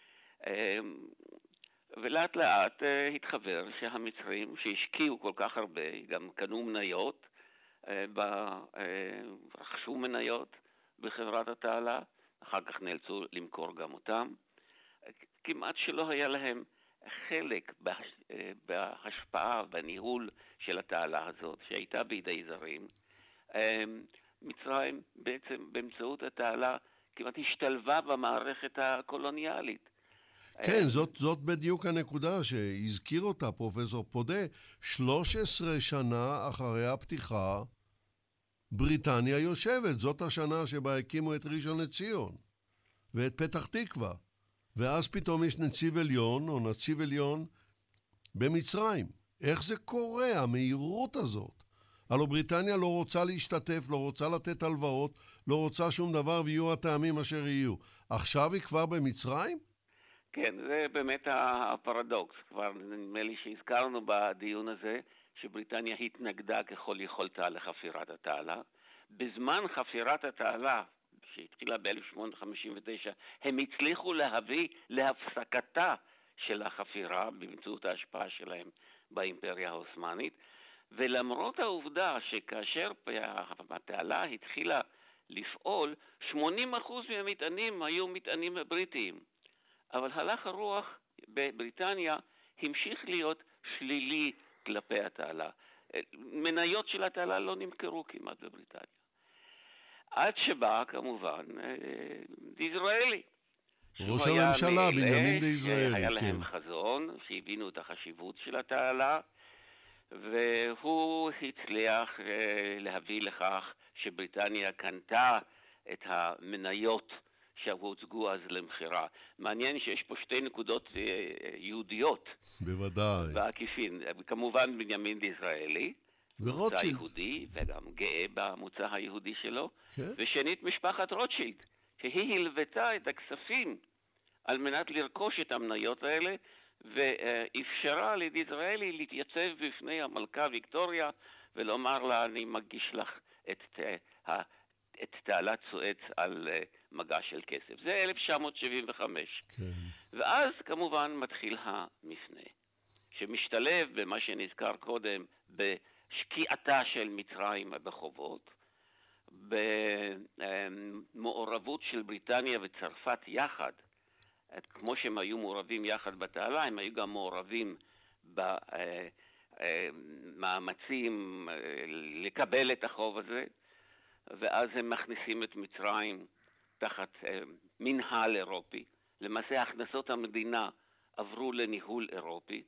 ולאט לאט התחבר שהמצרים שהשקיעו כל כך הרבה, גם קנו מניות, רכשו מניות בחברת התעלה, אחר כך נאלצו למכור גם אותם. כמעט שלא היה להם חלק בהשפעה, בניהול של התעלה הזאת, שהייתה בידי זרים. מצרים בעצם באמצעות התעלה כמעט השתלבה במערכת הקולוניאלית. כן, זאת, זאת בדיוק הנקודה שהזכיר אותה פרופסור פודה. שלוש עשרה שנה אחרי הפתיחה, בריטניה יושבת. זאת השנה שבה הקימו את ראשון לציון ואת פתח תקווה. ואז פתאום יש נציב עליון או נציב עליון במצרים. איך זה קורה, המהירות הזאת? הלוא בריטניה לא רוצה להשתתף, לא רוצה לתת הלוואות, לא רוצה שום דבר, ויהיו הטעמים אשר יהיו. עכשיו היא כבר במצרים? כן, זה באמת הפרדוקס. כבר נדמה לי שהזכרנו בדיון הזה שבריטניה התנגדה ככל יכולתה לחפירת התעלה. בזמן חפירת התעלה, שהתחילה ב-אלף שמונה מאות חמישים ותשע, הם הצליחו להביא להפסקתה של החפירה באמצעות ההשפעה שלהם באימפריה העות'מאנית. ולמרות העובדה שכאשר התעלה התחילה לפעול, שמונים אחוז מהמטענים היו מטענים בריטיים. אבל הלך הרוח בבריטניה המשיך להיות שלילי כלפי התעלה. מניות של התעלה לא נמכרו כמעט בבריטניה. עד שבא כמובן דיזראלי. ראש הממשלה בנימין דיזראלי. היה להם חזון, שהבינו את החשיבות של התעלה, והוא הצליח להביא לכך שבריטניה קנתה את המניות שהוצגו אז למחירה. מעניין שיש פה שתי נקודות יהודיות. בוודאי. בעקיפין. כמובן בנימין דיזראלי, מוצא יהודי, וגם גאה במוצא היהודי שלו. כן. ושנית משפחת רוטשילד, שהיא הלוותה את הכספים על מנת לרכוש את המניות האלה, ואפשרה לדיזראלי להתייצב בפני המלכה ויקטוריה, ולומר לה, אני מגיש לך את, את תעלת סואץ על מגע של כסף. זה אלף תשע מאות שבעים וחמש. כן. ואז כמובן מתחיל המפנה, שמשתלב במה שנזכר קודם, בשקיעתה של מצרים בחובות, במעורבות של בריטניה וצרפת יחד, כמו שהם היו מעורבים יחד בתעלה, הם היו גם מעורבים מאמצים לקבל את החוב הזה, ואז הם מכניסים את מצרים תחת מנהל אירופי. למעשה הכנסות המדינה עברו לניהול אירופי,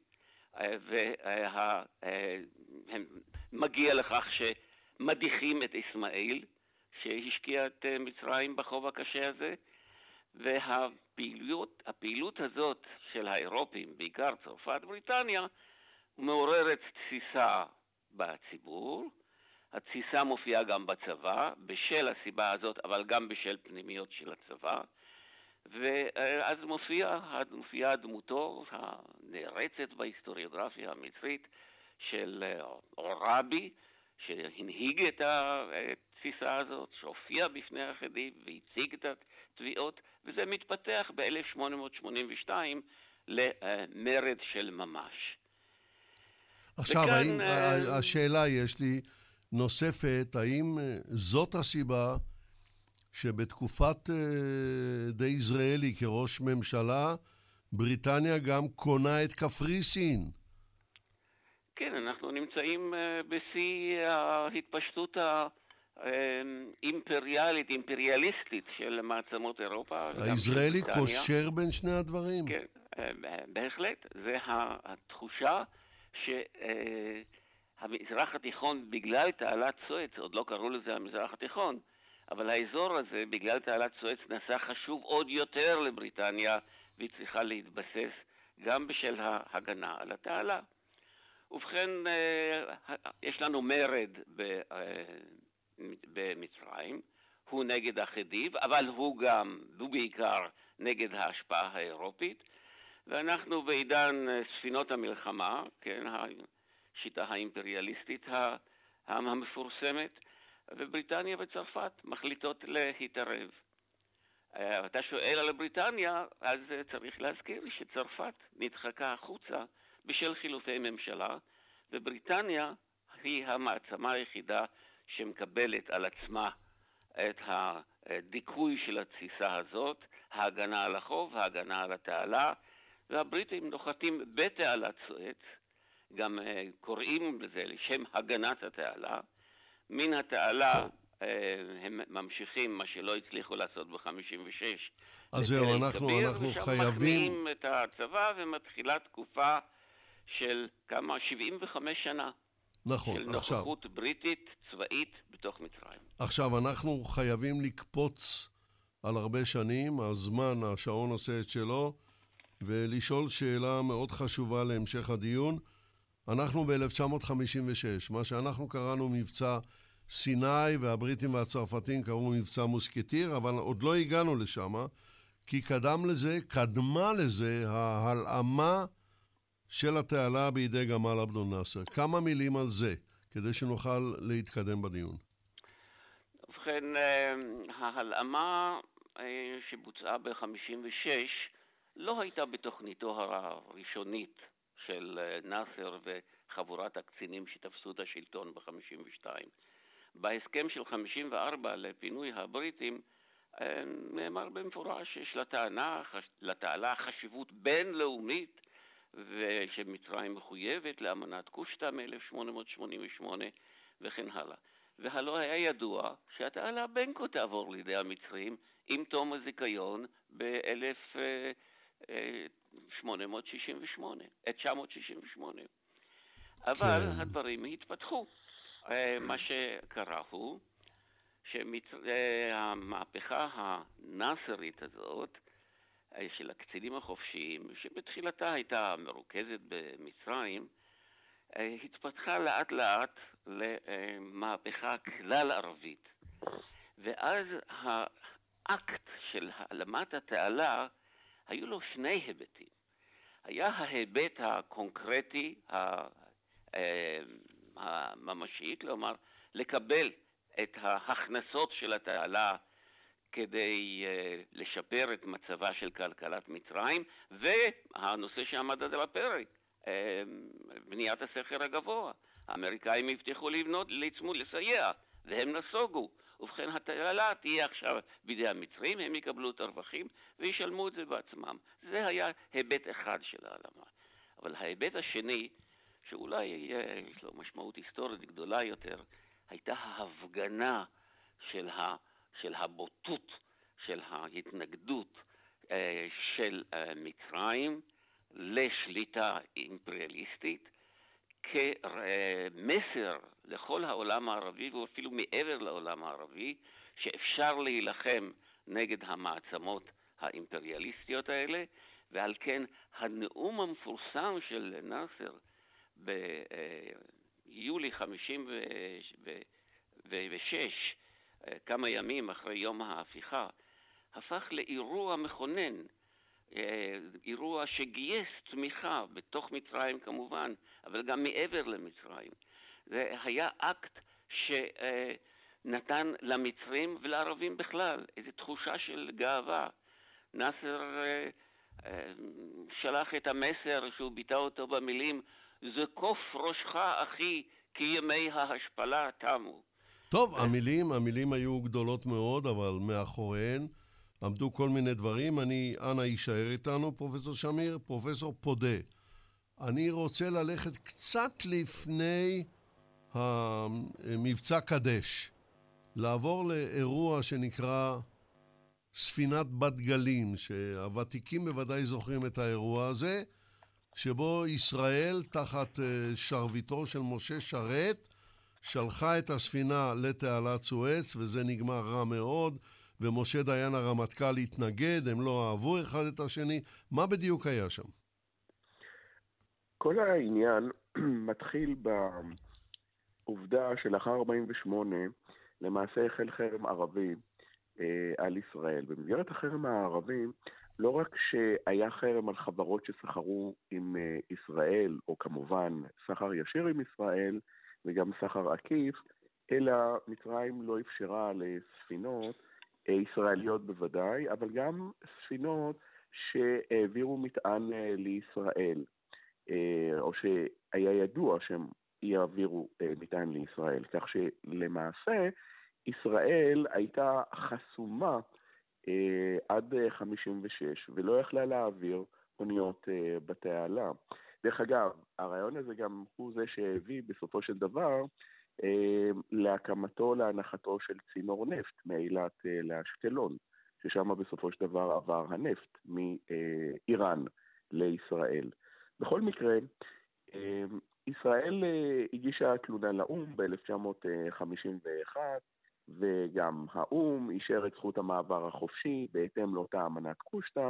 ומגיע לכך שמדיחים את איסמעיל, שהשקיע את מצרים בחוב הקשה הזה, והפעילות הפעילות הזאת של האירופים, בעיקר צרפת ובריטניה, מעוררת תסיסה בציבור. התסיסה מופיעה גם בצבא, בשל הסיבה הזאת, אבל גם בשל פנימיות של הצבא. ואז מופיע, מופיעה דמותו הנערצת בהיסטוריוגרפיה המצרית של עורבי, שהנהיג את התסיסה הזאת, שהופיע בפני החדיב והציג את התביעות, וזה מתפתח ב-אלף שמונה מאות שמונים ושתיים למרד של ממש. עכשיו, וכאן, האם, uh... השאלה יש לי נוספת, האם זאת הסיבה שבתקופת uh, די יזרעאלי כראש ממשלה, בריטניה גם קונה את קפריסין? כן, אנחנו נמצאים uh, בשיא ההתפשטות האימפריאלית, אימפריאליסטית של מעצמות אירופה. היזרעאלי קושר בין שני הדברים? כן, uh, בהחלט. זה התחושה שהמזרח התיכון, בגלל תעלת סואץ, עוד לא קראו לזה המזרח התיכון, אבל האזור הזה, בגלל תעלת סואץ, נעשה חשוב עוד יותר לבריטניה, והיא צריכה להתבסס גם בשל ההגנה על התעלה. ובכן, יש לנו מרד במצרים, הוא נגד החדיב, אבל הוא גם, הוא בעיקר נגד ההשפעה האירופית, ואנחנו בעידן ספינות המלחמה, כן, השיטה האימפריאליסטית המפורסמת, ובריטניה וצרפת מחליטות להתערב. אתה שואל על בריטניה, אז צריך להזכיר שצרפת נדחקה החוצה בשל חילופי ממשלה, ובריטניה היא המעצמה היחידה שמקבלת על עצמה את הדיכוי של התסיסה הזאת, ההגנה על החוב, ההגנה על התעלה, והבריטים נוחתים בתעלת סואץ, גם קוראים לזה לשם הגנת התעלה. מן התעלה הם ממשיכים מה שלא הצליחו לעשות ב-חמישים ושש. אז זהו, אנחנו, אנחנו חייבים... מחמיאים את הצבא ומתחילה תקופה של כמה, שבעים וחמש שנה. נכון, של עכשיו. נוכחות בריטית צבאית בתוך מצרים. עכשיו, אנחנו חייבים לקפוץ על הרבה שנים, הזמן, השעון עושה את שלו, ולשאול שאלה מאוד חשובה להמשך הדיון. אנחנו ב-אלף תשע מאות חמישים ושש, מה שאנחנו קראנו מבצע סיני, והבריטים והצרפתים קראו מבצע מוסקטיר, אבל עוד לא הגענו לשם, כי קדם לזה, קדמה לזה, ההלאמה של התעלה בידי גמל עבדול נאסר. כמה מילים על זה, כדי שנוכל להתקדם בדיון. ובכן, ההלאמה שבוצעה ב-חמישים ושש לא הייתה בתוכניתו הראשונית של נאסר וחבורת הקצינים שתפסו את השלטון ב-חמישים ושתיים. בהסכם של חמישים וארבע לפינוי הבריטים נאמר במפורש שיש לתעלה, לתעלה חשיבות בינלאומית, ושמצרים מחויבת לאמנת קושטא מ-אלף שמונה מאות שמונים ושמונה וכן הלאה. והלא היה ידוע שהתעלה בין כה תעבור לידי המצרים עם תום הזיכיון ב-אלף שמונה מאות שישים ושמונה, תשע מאות שישים ושמונה. אבל כן. הדברים התפתחו. מה שקרה הוא שהמהפכה הנאסרית הזאת של הקצינים החופשיים, שבתחילתה הייתה מרוכזת במצרים, התפתחה לאט לאט למהפכה כלל ערבית. ואז האקט של העלמת התעלה היו לו שני היבטים. היה ההיבט הקונקרטי, הממשי, כלומר, לקבל את ההכנסות של התעלה כדי uh, לשפר את מצבה של כלכלת מצרים, והנושא שעמד על הפרק, uh, בניית הסכר הגבוה. האמריקאים הבטיחו לבנות, לעצמו לסייע, והם נסוגו. ובכן, התעלה תהיה עכשיו בידי המצרים, הם יקבלו את הרווחים וישלמו את זה בעצמם. זה היה היבט אחד של העלמה. אבל ההיבט השני, שאולי יש לו משמעות היסטורית גדולה יותר, הייתה ההפגנה של, ה, של הבוטות, של ההתנגדות אה, של אה, מצרים לשליטה אימפריאליסטית, כמסר לכל העולם הערבי, ואפילו מעבר לעולם הערבי, שאפשר להילחם נגד המעצמות האימפריאליסטיות האלה, ועל כן הנאום המפורסם של נאסר ביולי חמישים ושש, כמה ימים אחרי יום ההפיכה, הפך לאירוע מכונן, אירוע שגייס תמיכה בתוך מצרים כמובן, אבל גם מעבר למצרים. זה היה אקט שנתן למצרים ולערבים בכלל איזו תחושה של גאווה. נאסר שלח את המסר שהוא ביטא אותו במילים, זקוף ראשך אחי כי ימי ההשפלה תמו. טוב, המילים, המילים היו גדולות מאוד, אבל מאחוריהן עמדו כל מיני דברים. אני, אנא יישאר איתנו, פרופסור שמיר, פרופסור פודה. אני רוצה ללכת קצת לפני המבצע קדש, לעבור לאירוע שנקרא ספינת בת גלים, שהוותיקים בוודאי זוכרים את האירוע הזה, שבו ישראל תחת שרביטו של משה שרת שלחה את הספינה לתעלת סואץ, וזה נגמר רע מאוד, ומשה דיין הרמטכ"ל התנגד, הם לא אהבו אחד את השני. מה בדיוק היה שם? כל העניין מתחיל בעובדה שלאחר ארבעים ושמונה למעשה החל חרם ערבי אה, על ישראל. במסגרת החרם הערבי לא רק שהיה חרם על חברות שסחרו עם אה, ישראל, או כמובן סחר ישיר עם ישראל וגם סחר עקיף, אלא מצרים לא אפשרה לספינות אה, ישראליות בוודאי, אבל גם ספינות שהעבירו מטען אה, לישראל, אה, או שהיה ידוע שהם יעבירו אה, מטען לישראל, כך שלמעשה ישראל הייתה חסומה אה, עד חמישים ושש, ולא יכלה להעביר אוניות אה, בתעלה. דרך אגב, הרעיון הזה גם הוא זה שהביא בסופו של דבר אה, להקמתו, להנחתו של צינור נפט מאילת אה, לאשקלון, ששם בסופו של דבר עבר הנפט מאיראן לישראל. בכל מקרה, אה, ישראל אה, הגישה תלונה לאום ב-אלף תשע מאות חמישים ואחת, וגם האום אישר את זכות המעבר החופשי בהתאם לאותה אמנת קושטא,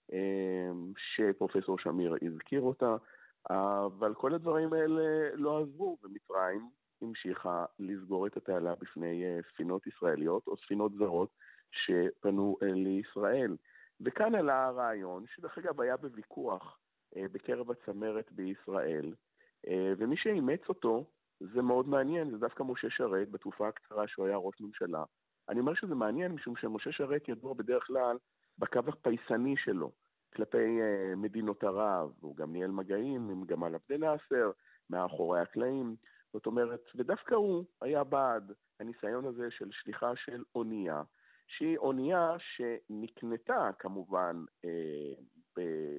שפרופסור שמיר הזכיר אותה, אבל כל הדברים האלה לא עזבו, ומצרים המשיכה לסגור את התעלה בפני ספינות ישראליות או ספינות זרות שפנו לישראל. וכאן עלה הרעיון, שדרך אגב היה בוויכוח בקרב הצמרת בישראל, ומי שאימץ אותו, זה מאוד מעניין, זה דווקא משה שרת, בתקופה הקצרה שהוא היה ראש ממשלה. אני אומר שזה מעניין, משום שמשה שרת ידוע בדרך כלל בקו הפייסני שלו, כלפי uh, מדינות ערב, הוא גם ניהל מגעים עם גמל עבד אל-נאצר, מאחורי הקלעים, זאת אומרת, ודווקא הוא היה בעד הניסיון הזה של שליחה של אונייה, שהיא אונייה שנקנתה כמובן אה, ב,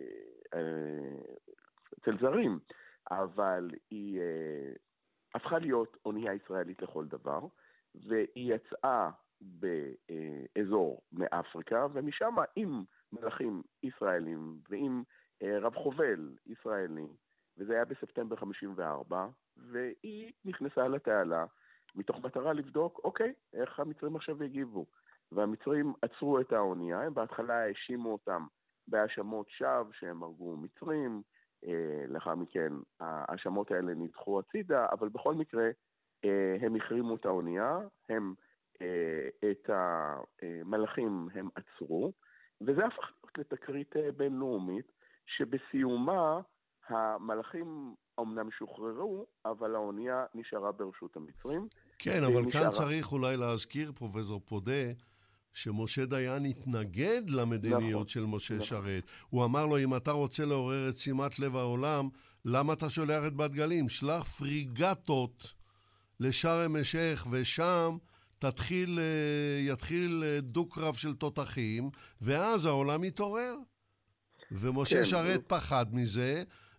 אה, אצל זרים, אבל היא אה, הפכה להיות אונייה ישראלית לכל דבר, והיא יצאה באזור מאפריקה, ומשם עם מלאכים ישראלים ועם אה, רב חובל ישראלי, וזה היה בספטמבר חמישים וארבע, והיא נכנסה לתעלה מתוך מטרה לבדוק, אוקיי, איך המצרים עכשיו יגיבו. והמצרים עצרו את האונייה, הם בהתחלה האשימו אותם בהאשמות שווא שהם הרגו מצרים, אה, לאחר מכן ההאשמות האלה נדחו הצידה, אבל בכל מקרה אה, הם החרימו את האונייה, הם אה, את המלאכים הם עצרו, וזה הפך לתקרית אה, בינלאומית, שבסיומה המלאכים אומנם שוחררו, אבל האונייה נשארה ברשות המצרים. כן, אבל נשארה... כאן צריך אולי להזכיר, פרופסור פודה, שמשה דיין התנגד למדיניות נכון, של משה נכון. שרת. הוא אמר לו, אם אתה רוצה לעורר את שימת לב העולם, למה אתה שולח את בת גלים? שלח פריגטות לשארם א-שייח, ושם תתחיל, יתחיל דו-קרב של תותחים, ואז העולם יתעורר. ומשה כן, שרת הוא... פחד מזה,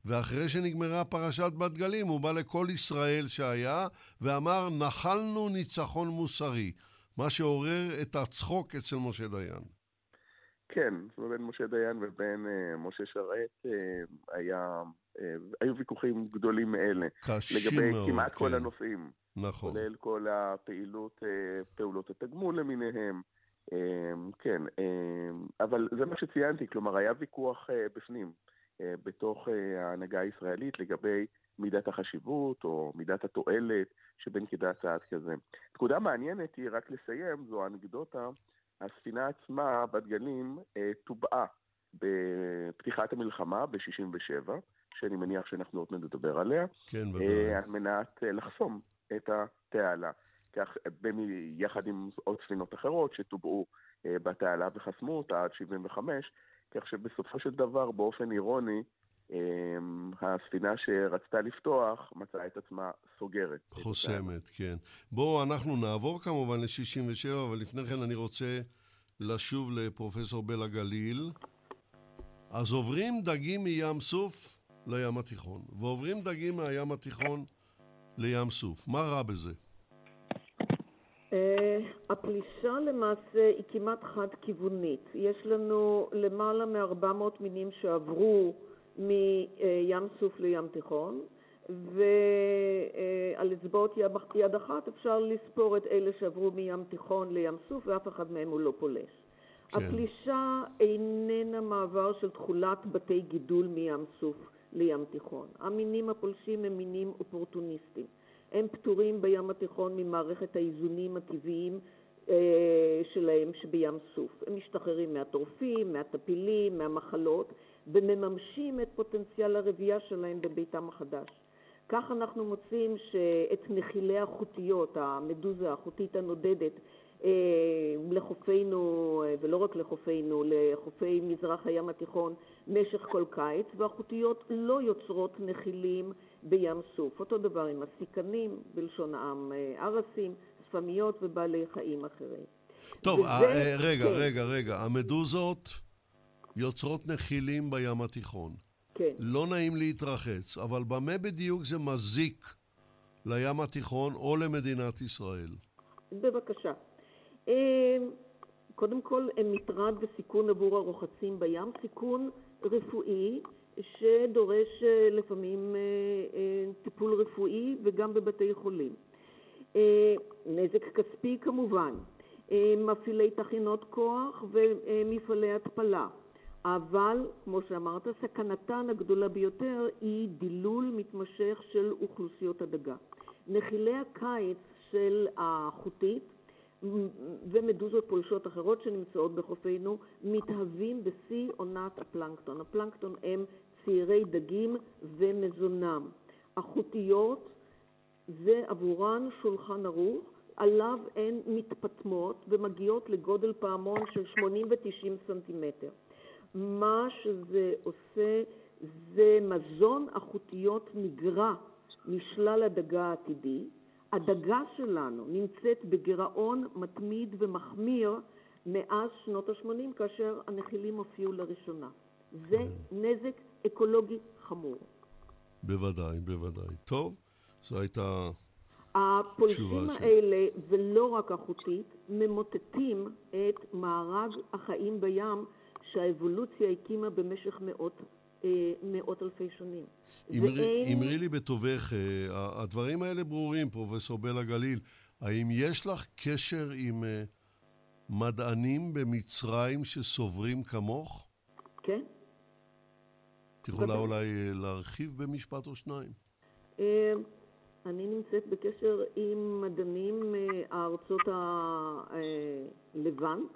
ואחרי שנגמרה פרשת בת גלים, הוא בא לכל ישראל שהיה, ואמר, נחלנו ניצחון מוסרי, מה שעורר את הצחוק אצל משה דיין. כן, בין משה דיין ובין uh, משה שרת uh, היה, uh, היו ויכוחים גדולים מאלה. קשים לגבי מאוד, כמעט כן. כל הנושאים. נכון. כולל כל הפעילות, uh, פעולות התגמול למיניהם. Uh, כן, uh, אבל זה מה שציינתי, כלומר היה ויכוח uh, בפנים, uh, בתוך uh, ההנהגה הישראלית לגבי מידת החשיבות או מידת התועלת שבין כדת צעד כזה. נקודה מעניינת היא, רק לסיים, זו האנקדוטה, הספינה עצמה, בת גלים, טובעה בפתיחת המלחמה ב-שישים ושבע, שאני מניח שאנחנו עוד נדבר עליה, כן, ודאי. על מנת לחסום את התעלה. כך, יחד עם עוד ספינות אחרות שטובעו בתעלה וחסמו אותה עד שבעים וחמש, כך שבסופו של דבר, באופן אירוני, הספינה שרצתה לפתוח מצאה את עצמה סוגרת. חוסמת, כן. בואו אנחנו נעבור כמובן ל-שישים ושבע, אבל לפני כן אני רוצה לשוב לפרופסור בלה גליל. אז עוברים דגים מים סוף לים התיכון, ועוברים דגים מהים התיכון לים סוף. מה רע בזה? הפלישה למעשה היא כמעט חד-כיוונית. יש לנו למעלה מ-ארבע מאות מינים שעברו מים סוף לים תיכון, ועל אצבעות יד אחת אפשר לספור את אלה שעברו מים תיכון לים סוף, ואף אחד מהם הוא לא פולש. כן. הפלישה איננה מעבר של תחולת בתי גידול מים סוף לים תיכון. המינים הפולשים הם מינים אופורטוניסטיים. הם פטורים בים התיכון ממערכת האיזונים הטבעיים שלהם שבים סוף. הם משתחררים מהטורפים, מהטפילים, מהמחלות, ומממשים את פוטנציאל הרבייה שלהם בביתם החדש. כך אנחנו מוצאים שאת נחילי החוטיות, המדוזה החוטית הנודדת, לחופינו, ולא רק לחופינו, לחופי מזרח הים התיכון, משך כל קיץ, והחוטיות לא יוצרות נחילים בים סוף. אותו דבר עם הסיקנים, בלשון העם, ערסים, ספמיות ובעלי חיים אחרים. טוב, וזה, רגע, כן. רגע, רגע. המדוזות יוצרות נחילים בים התיכון. כן. לא נעים להתרחץ, אבל במה בדיוק זה מזיק לים התיכון או למדינת ישראל? בבקשה. קודם כל, הם מטרד וסיכון עבור הרוחצים בים, סיכון רפואי שדורש לפעמים טיפול רפואי וגם בבתי חולים. נזק כספי כמובן, מפעילי תחנות כוח ומפעלי התפלה. אבל, כמו שאמרת, סכנתן הגדולה ביותר היא דילול מתמשך של אוכלוסיות הדגה. נחילי הקיץ של החוטית ומדוזות פולשות אחרות שנמצאות בחופינו מתהווים בשיא עונת הפלנקטון. הפלנקטון הם צעירי דגים ומזונם. החוטיות זה עבורן שולחן ערוך, עליו הן מתפטמות ומגיעות לגודל פעמון של שמונים ותשעים סנטימטר. מה שזה עושה זה מזון החוטיות נגרע משלל הדגה העתידי. הדגה שלנו נמצאת בגירעון מתמיד ומחמיר מאז שנות ה-שמונים, כאשר הנחילים הופיעו לראשונה. זה נזק אקולוגי חמור. בוודאי, בוודאי. טוב, זו הייתה הפולשים האלה, ולא רק החוטית, ממוטטים את מארג החיים בים שהאבולוציה הקימה במשך מאות, אה, מאות אלפי שנים. אמרי, אמרי לי בטובך, הדברים האלה ברורים, פרופסור בלה גליל. האם יש לך קשר עם מדענים במצרים שסוברים כמוך? כן. את יכולה אולי להרחיב במשפט או שניים? אני נמצאת בקשר עם מדענים הארצות הלבנט,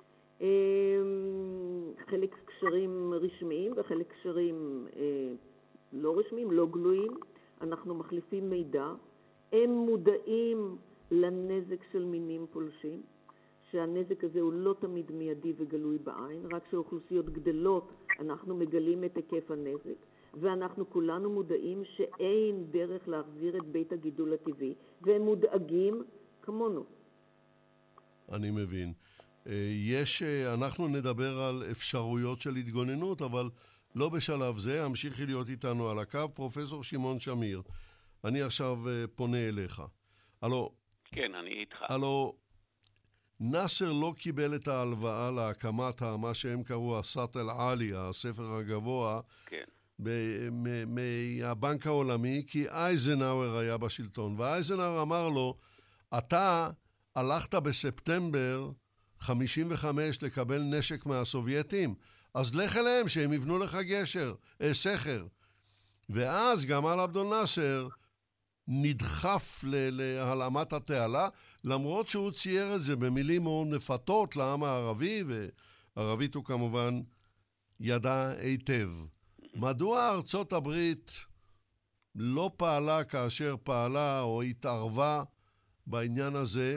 חלק קשרים רשמיים וחלק קשרים לא רשמיים, לא גלויים. אנחנו מחליפים מידע. הם מודעים לנזק של מינים פולשים, שהנזק הזה הוא לא תמיד מיידי וגלוי בעין, רק כשאוכלוסיות גדלות אנחנו מגלים את היקף הנזק, ואנחנו כולנו מודעים שאין דרך להחזיר את בית הגידול הטבעי, והם מודאגים כמונו. אני מבין. יש, אנחנו נדבר על אפשרויות של התגוננות, אבל לא בשלב זה, המשיכי להיות איתנו על הקו. פרופסור שמעון שמיר, אני עכשיו פונה אליך. הלו, כן, אני איתך. הלו, נאסר לא קיבל את ההלוואה להקמת מה שהם קראו הסאט אל-עלי, הספר הגבוה, כן. מהבנק העולמי, כי אייזנהאואר היה בשלטון, ואייזנהאואר אמר לו, אתה הלכת בספטמבר חמישים וחמש לקבל נשק מהסובייטים, אז לך אליהם שהם יבנו לך גשר, אה, סכר. ואז גמל עבדול נאסר נדחף להלאמת התעלה, למרות שהוא צייר את זה במילים מאוד מפתות לעם הערבי, וערבית הוא כמובן ידע היטב. מדוע ארצות הברית לא פעלה כאשר פעלה או התערבה בעניין הזה?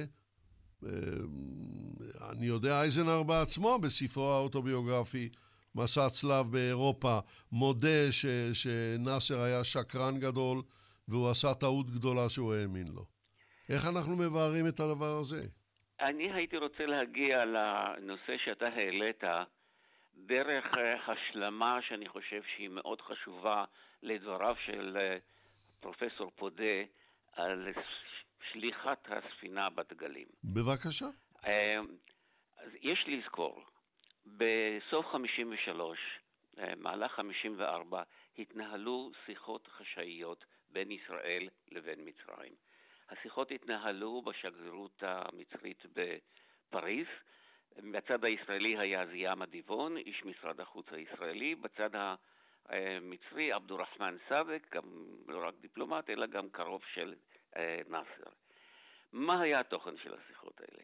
אני יודע, אייזנהאואר בעצמו בספרו האוטוביוגרפי מסע צלב באירופה מודה ש, שנאסר היה שקרן גדול והוא עשה טעות גדולה שהוא האמין לו. איך אנחנו מבארים את הדבר הזה? אני הייתי רוצה להגיע לנושא שאתה העלית דרך השלמה שאני חושב שהיא מאוד חשובה לדבריו של פרופסור פודה על שליחת הספינה בדגלים. בבקשה. אז יש לזכור, בסוף חמישים ושלוש, מהלך חמישים וארבע, התנהלו שיחות חשאיות בין ישראל לבין מצרים. השיחות התנהלו בשגרירות המצרית בפריז. בצד הישראלי היה זיאם אדיבון, איש משרד החוץ הישראלי. בצד המצרי, עבדורחמן סאבק, גם לא רק דיפלומט, אלא גם קרוב של נאסר. מה היה התוכן של השיחות האלה?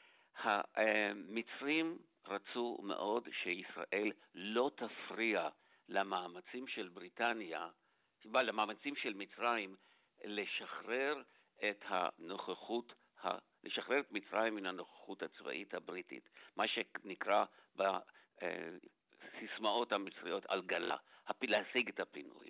המצרים רצו מאוד שישראל לא תפריע למאמצים של בריטניה, למאמצים של מצרים, לשחרר את הנוכחות, לשחרר את מצרים מן הנוכחות הצבאית הבריטית, מה שנקרא בסיסמאות המצריות על גלה, להשיג את הפינוי.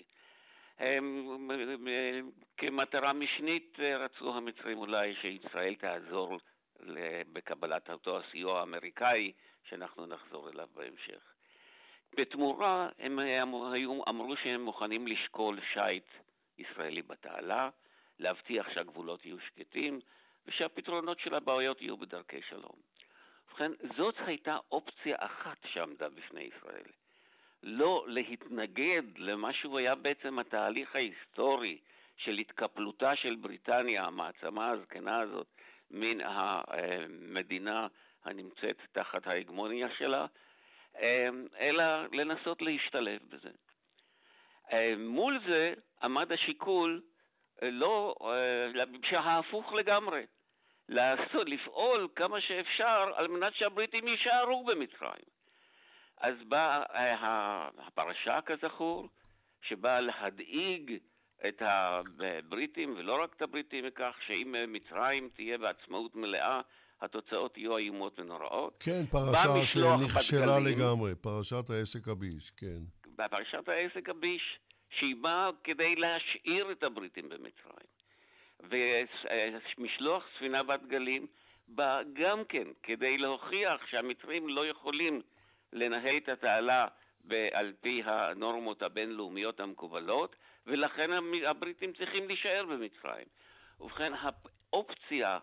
כמטרה משנית רצו המצרים אולי שישראל תעזור בקבלת אותו הסיוע האמריקאי שאנחנו נחזור אליו בהמשך. בתמורה הם היו, אמרו שהם מוכנים לשקול שייט ישראלי בתעלה, להבטיח שהגבולות יהיו שקטים ושהפתרונות של הבעיות יהיו בדרכי שלום. ובכן, זאת הייתה אופציה אחת שעמדה בפני ישראל. לא להתנגד למה שהוא היה בעצם התהליך ההיסטורי של התקפלותה של בריטניה, המעצמה הזקנה הזאת, מן המדינה הנמצאת תחת ההגמוניה שלה, אלא לנסות להשתלב בזה. מול זה עמד השיקול לא, שההפוך לגמרי, לעשות, לפעול כמה שאפשר על מנת שהבריטים יישארו במצרים. אז באה הפרשה כזכור, שבאה להדאיג את הבריטים, ולא רק את הבריטים, מכך שאם מצרים תהיה בעצמאות מלאה, התוצאות יהיו איומות ונוראות. כן, פרשה שנכשלה לגמרי, פרשת העסק הביש, כן. בפרשת העסק הביש, שהיא באה כדי להשאיר את הבריטים במצרים. ומשלוח ספינה בת גלים בא גם כן כדי להוכיח שהמצרים לא יכולים לנהל את התעלה על פי הנורמות הבינלאומיות המקובלות, ולכן הבריטים צריכים להישאר במצרים. ובכן, האופציה,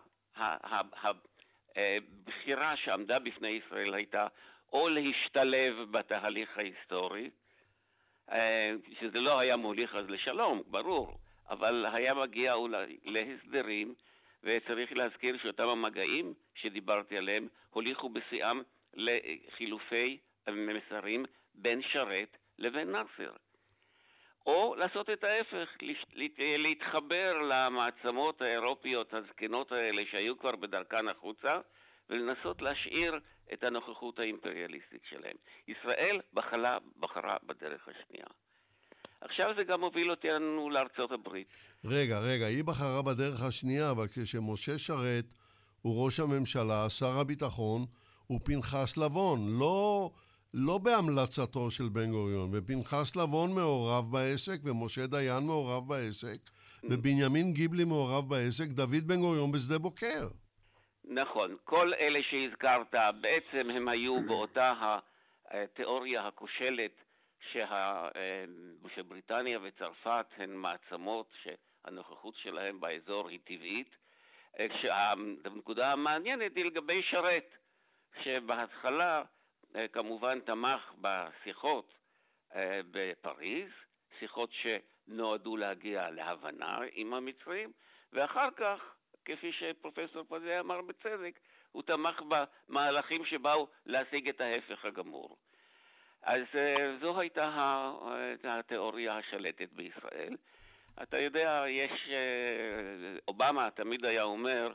הבחירה שעמדה בפני ישראל הייתה או להשתלב בתהליך ההיסטורי, שזה לא היה מוליך אז לשלום, ברור, אבל היה מגיע אולי להסדרים, וצריך להזכיר שאותם המגעים שדיברתי עליהם הוליכו בשיאם לחילופי מסרים בין שרת לבין נאסר. או לעשות את ההפך, להתחבר למעצמות האירופיות הזקנות האלה שהיו כבר בדרכן החוצה, ולנסות להשאיר את הנוכחות האימפריאליסטית שלהם. ישראל בחרה, בחרה בדרך השנייה. עכשיו זה גם הוביל אותנו לארצות הברית. רגע, רגע, היא בחרה בדרך השנייה, אבל כשמשה שרת הוא ראש הממשלה, שר הביטחון, הוא פנחס לבון, לא, לא בהמלצתו של בן גוריון, ופנחס לבון מעורב בעסק, ומשה דיין מעורב בעסק, ובנימין גיבלי מעורב בעסק, דוד בן גוריון בשדה בוקר. נכון, כל אלה שהזכרת בעצם הם היו באותה התיאוריה הכושלת שה, שבריטניה וצרפת הן מעצמות שהנוכחות שלהן באזור היא טבעית. שהנקודה המעניינת היא לגבי שרת, שבהתחלה כמובן תמך בשיחות בפריז, שיחות שנועדו להגיע להבנה עם המצרים, ואחר כך, כפי שפרופסור פזה אמר בצדק, הוא תמך במהלכים שבאו להשיג את ההפך הגמור. אז זו הייתה התיאוריה השלטת בישראל. אתה יודע, יש, אובמה תמיד היה אומר,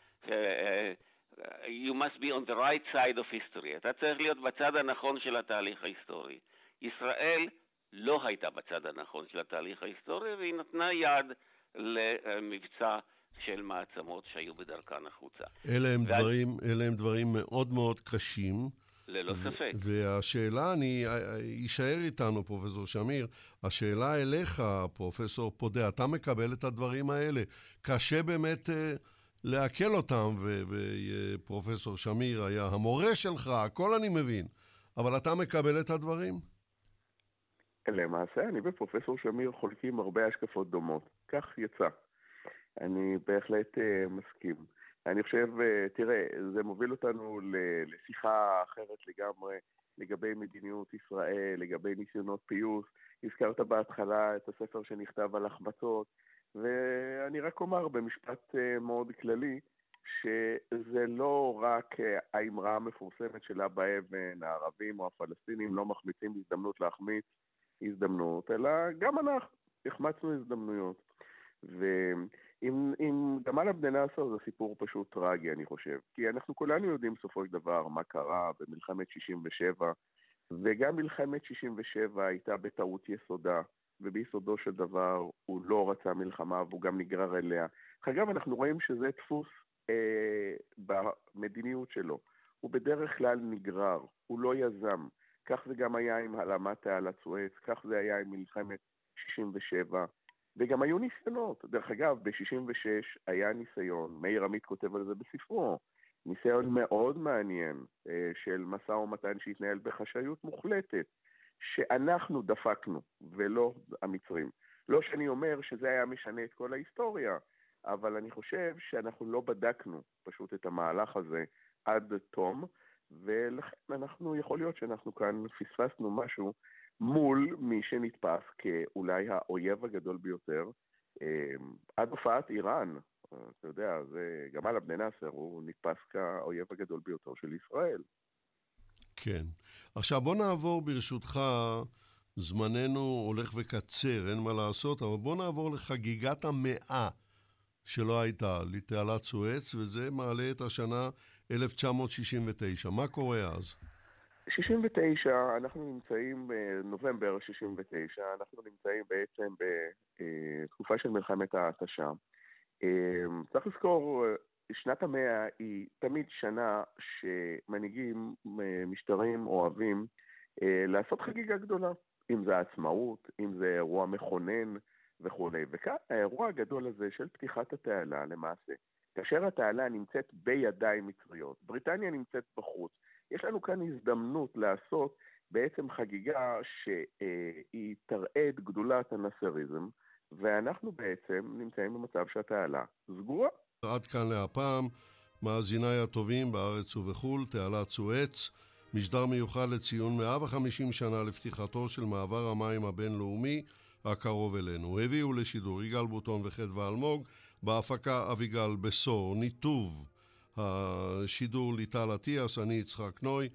you must be on the right side of history. אתה צריך להיות בצד הנכון של התהליך ההיסטורי. ישראל לא הייתה בצד הנכון של התהליך ההיסטורי, והיא נתנה יד למבצע של מעצמות שהיו בדרכן החוצה. אלה הם, ואז... דברים, אלה הם דברים מאוד מאוד קשים. ללא ספק. והשאלה, אני יישאר איתנו, פרופסור שמיר, השאלה אליך, פרופסור פודה, אתה מקבל את הדברים האלה. קשה באמת להקל אותם, ופרופסור שמיר היה המורה שלך, הכל אני מבין. אבל אתה מקבל את הדברים? למעשה, אני ופרופסור שמיר חולקים הרבה השקפות דומות. כך יצא. אני בהחלט uh, מסכים. אני חושב, uh, תראה, זה מוביל אותנו לשיחה אחרת לגמרי, לגבי מדיניות ישראל, לגבי ניסיונות פיוס. הזכרת בהתחלה את הספר שנכתב על החמצות, ואני רק אומר במשפט uh, מאוד כללי, שזה לא רק uh, האמרה המפורסמת של אבא אבן, הערבים או הפלסטינים לא מחמיצים הזדמנות להחמיץ הזדמנות, אלא גם אנחנו החמצנו הזדמנויות. ועם גמל עבד אל-נאצר זה סיפור פשוט טרגי, אני חושב. כי אנחנו כולנו יודעים בסופו של דבר מה קרה במלחמת שישים ושבע, וגם מלחמת שישים ושבע הייתה בטעות יסודה, וביסודו של דבר הוא לא רצה מלחמה והוא גם נגרר אליה. אגב, אנחנו רואים שזה דפוס אה, במדיניות שלו. הוא בדרך כלל נגרר, הוא לא יזם. כך זה גם היה עם העלמת תעלת סואץ, כך זה היה עם מלחמת שישים ושבע, וגם היו ניסיונות. דרך אגב, ב-שישים ושש היה ניסיון, מאיר עמית כותב על זה בספרו, ניסיון מאוד מעניין של משא ומתן שהתנהל בחשאיות מוחלטת, שאנחנו דפקנו, ולא המצרים. לא שאני אומר שזה היה משנה את כל ההיסטוריה, אבל אני חושב שאנחנו לא בדקנו פשוט את המהלך הזה עד תום, ולכן אנחנו, יכול להיות שאנחנו כאן פספסנו משהו מול מי שנתפס כאולי האויב הגדול ביותר, עד הופעת איראן. אתה יודע, זה גמל עבד אל-נאצר, הוא נתפס כאויב הגדול ביותר של ישראל. כן. עכשיו בוא נעבור ברשותך, זמננו הולך וקצר, אין מה לעשות, אבל בוא נעבור לחגיגת המאה שלא הייתה, לתעלת סואץ, וזה מעלה את השנה אלף תשע מאות שישים ותשע. מה קורה אז? שישים ותשע, אנחנו נמצאים בנובמבר שישים ותשע, אנחנו נמצאים בעצם בתקופה של מלחמת ההתשה. צריך לזכור, שנת המאה היא תמיד שנה שמנהיגים משטרים אוהבים לעשות חגיגה גדולה, אם זה העצמאות, אם זה אירוע מכונן וכו'. וכאן האירוע הגדול הזה של פתיחת התעלה למעשה, כאשר התעלה נמצאת בידיים מצריות, בריטניה נמצאת בחוץ, יש לנו כאן הזדמנות לעשות בעצם חגיגה שהיא תראה את גדולת הנאצריזם, ואנחנו בעצם נמצאים במצב שהתעלה סגורה. עד כאן להפעם, מאזיניי הטובים בארץ ובחול, תעלת סואץ, משדר מיוחד לציון מאה וחמישים שנה לפתיחתו של מעבר המים הבינלאומי הקרוב אלינו. הביאו לשידור יגאל בוטון וחדווה אלמוג, בהפקה אביגל בסור, ניתוב השידור ליטל עטיאס, אני יצחק נוי.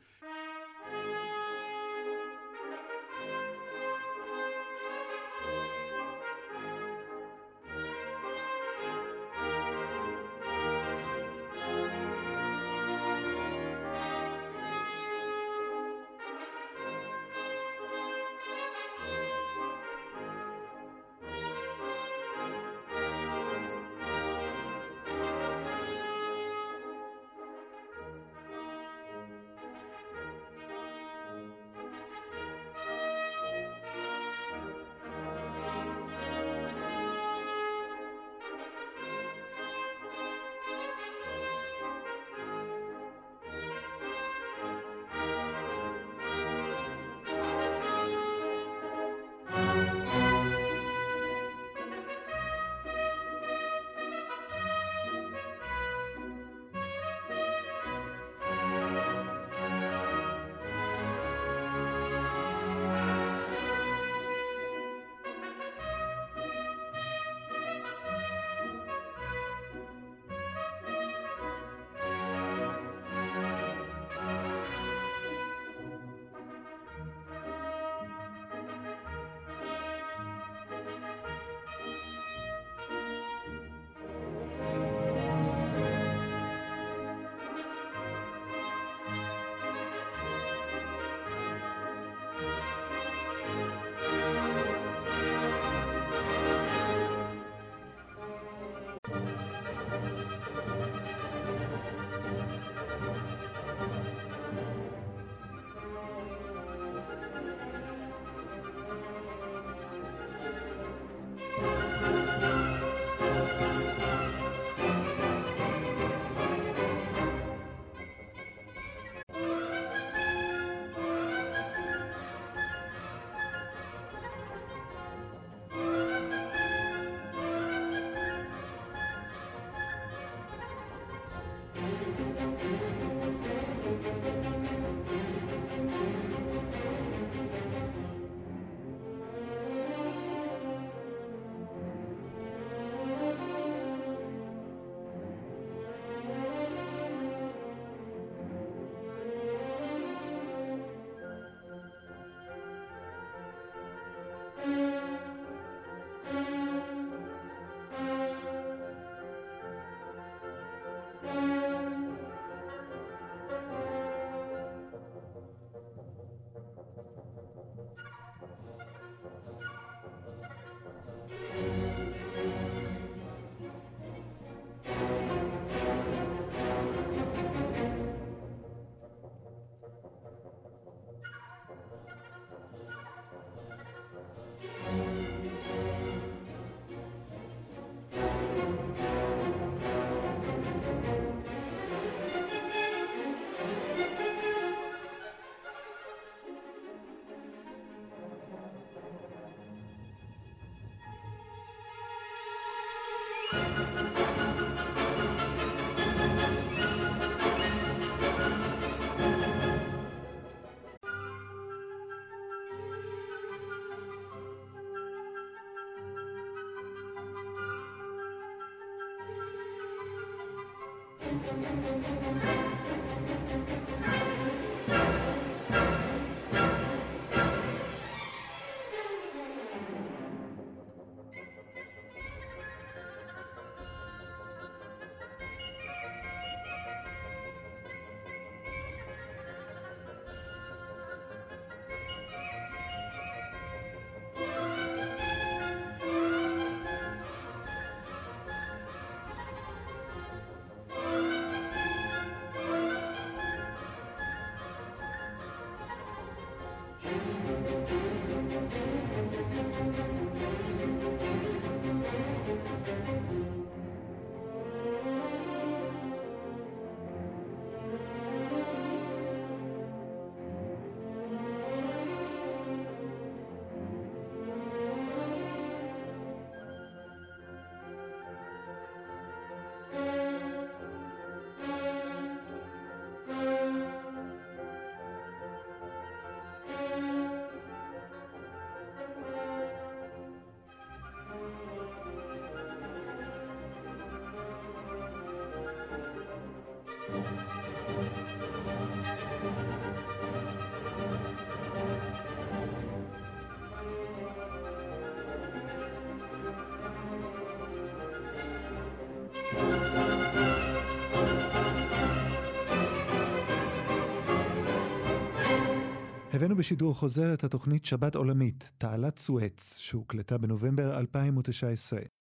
הבאנו בשידור חוזר את התוכנית שבת עולמית, תעלת סואץ, שהוקלטה בנובמבר אלפיים ותשע עשרה.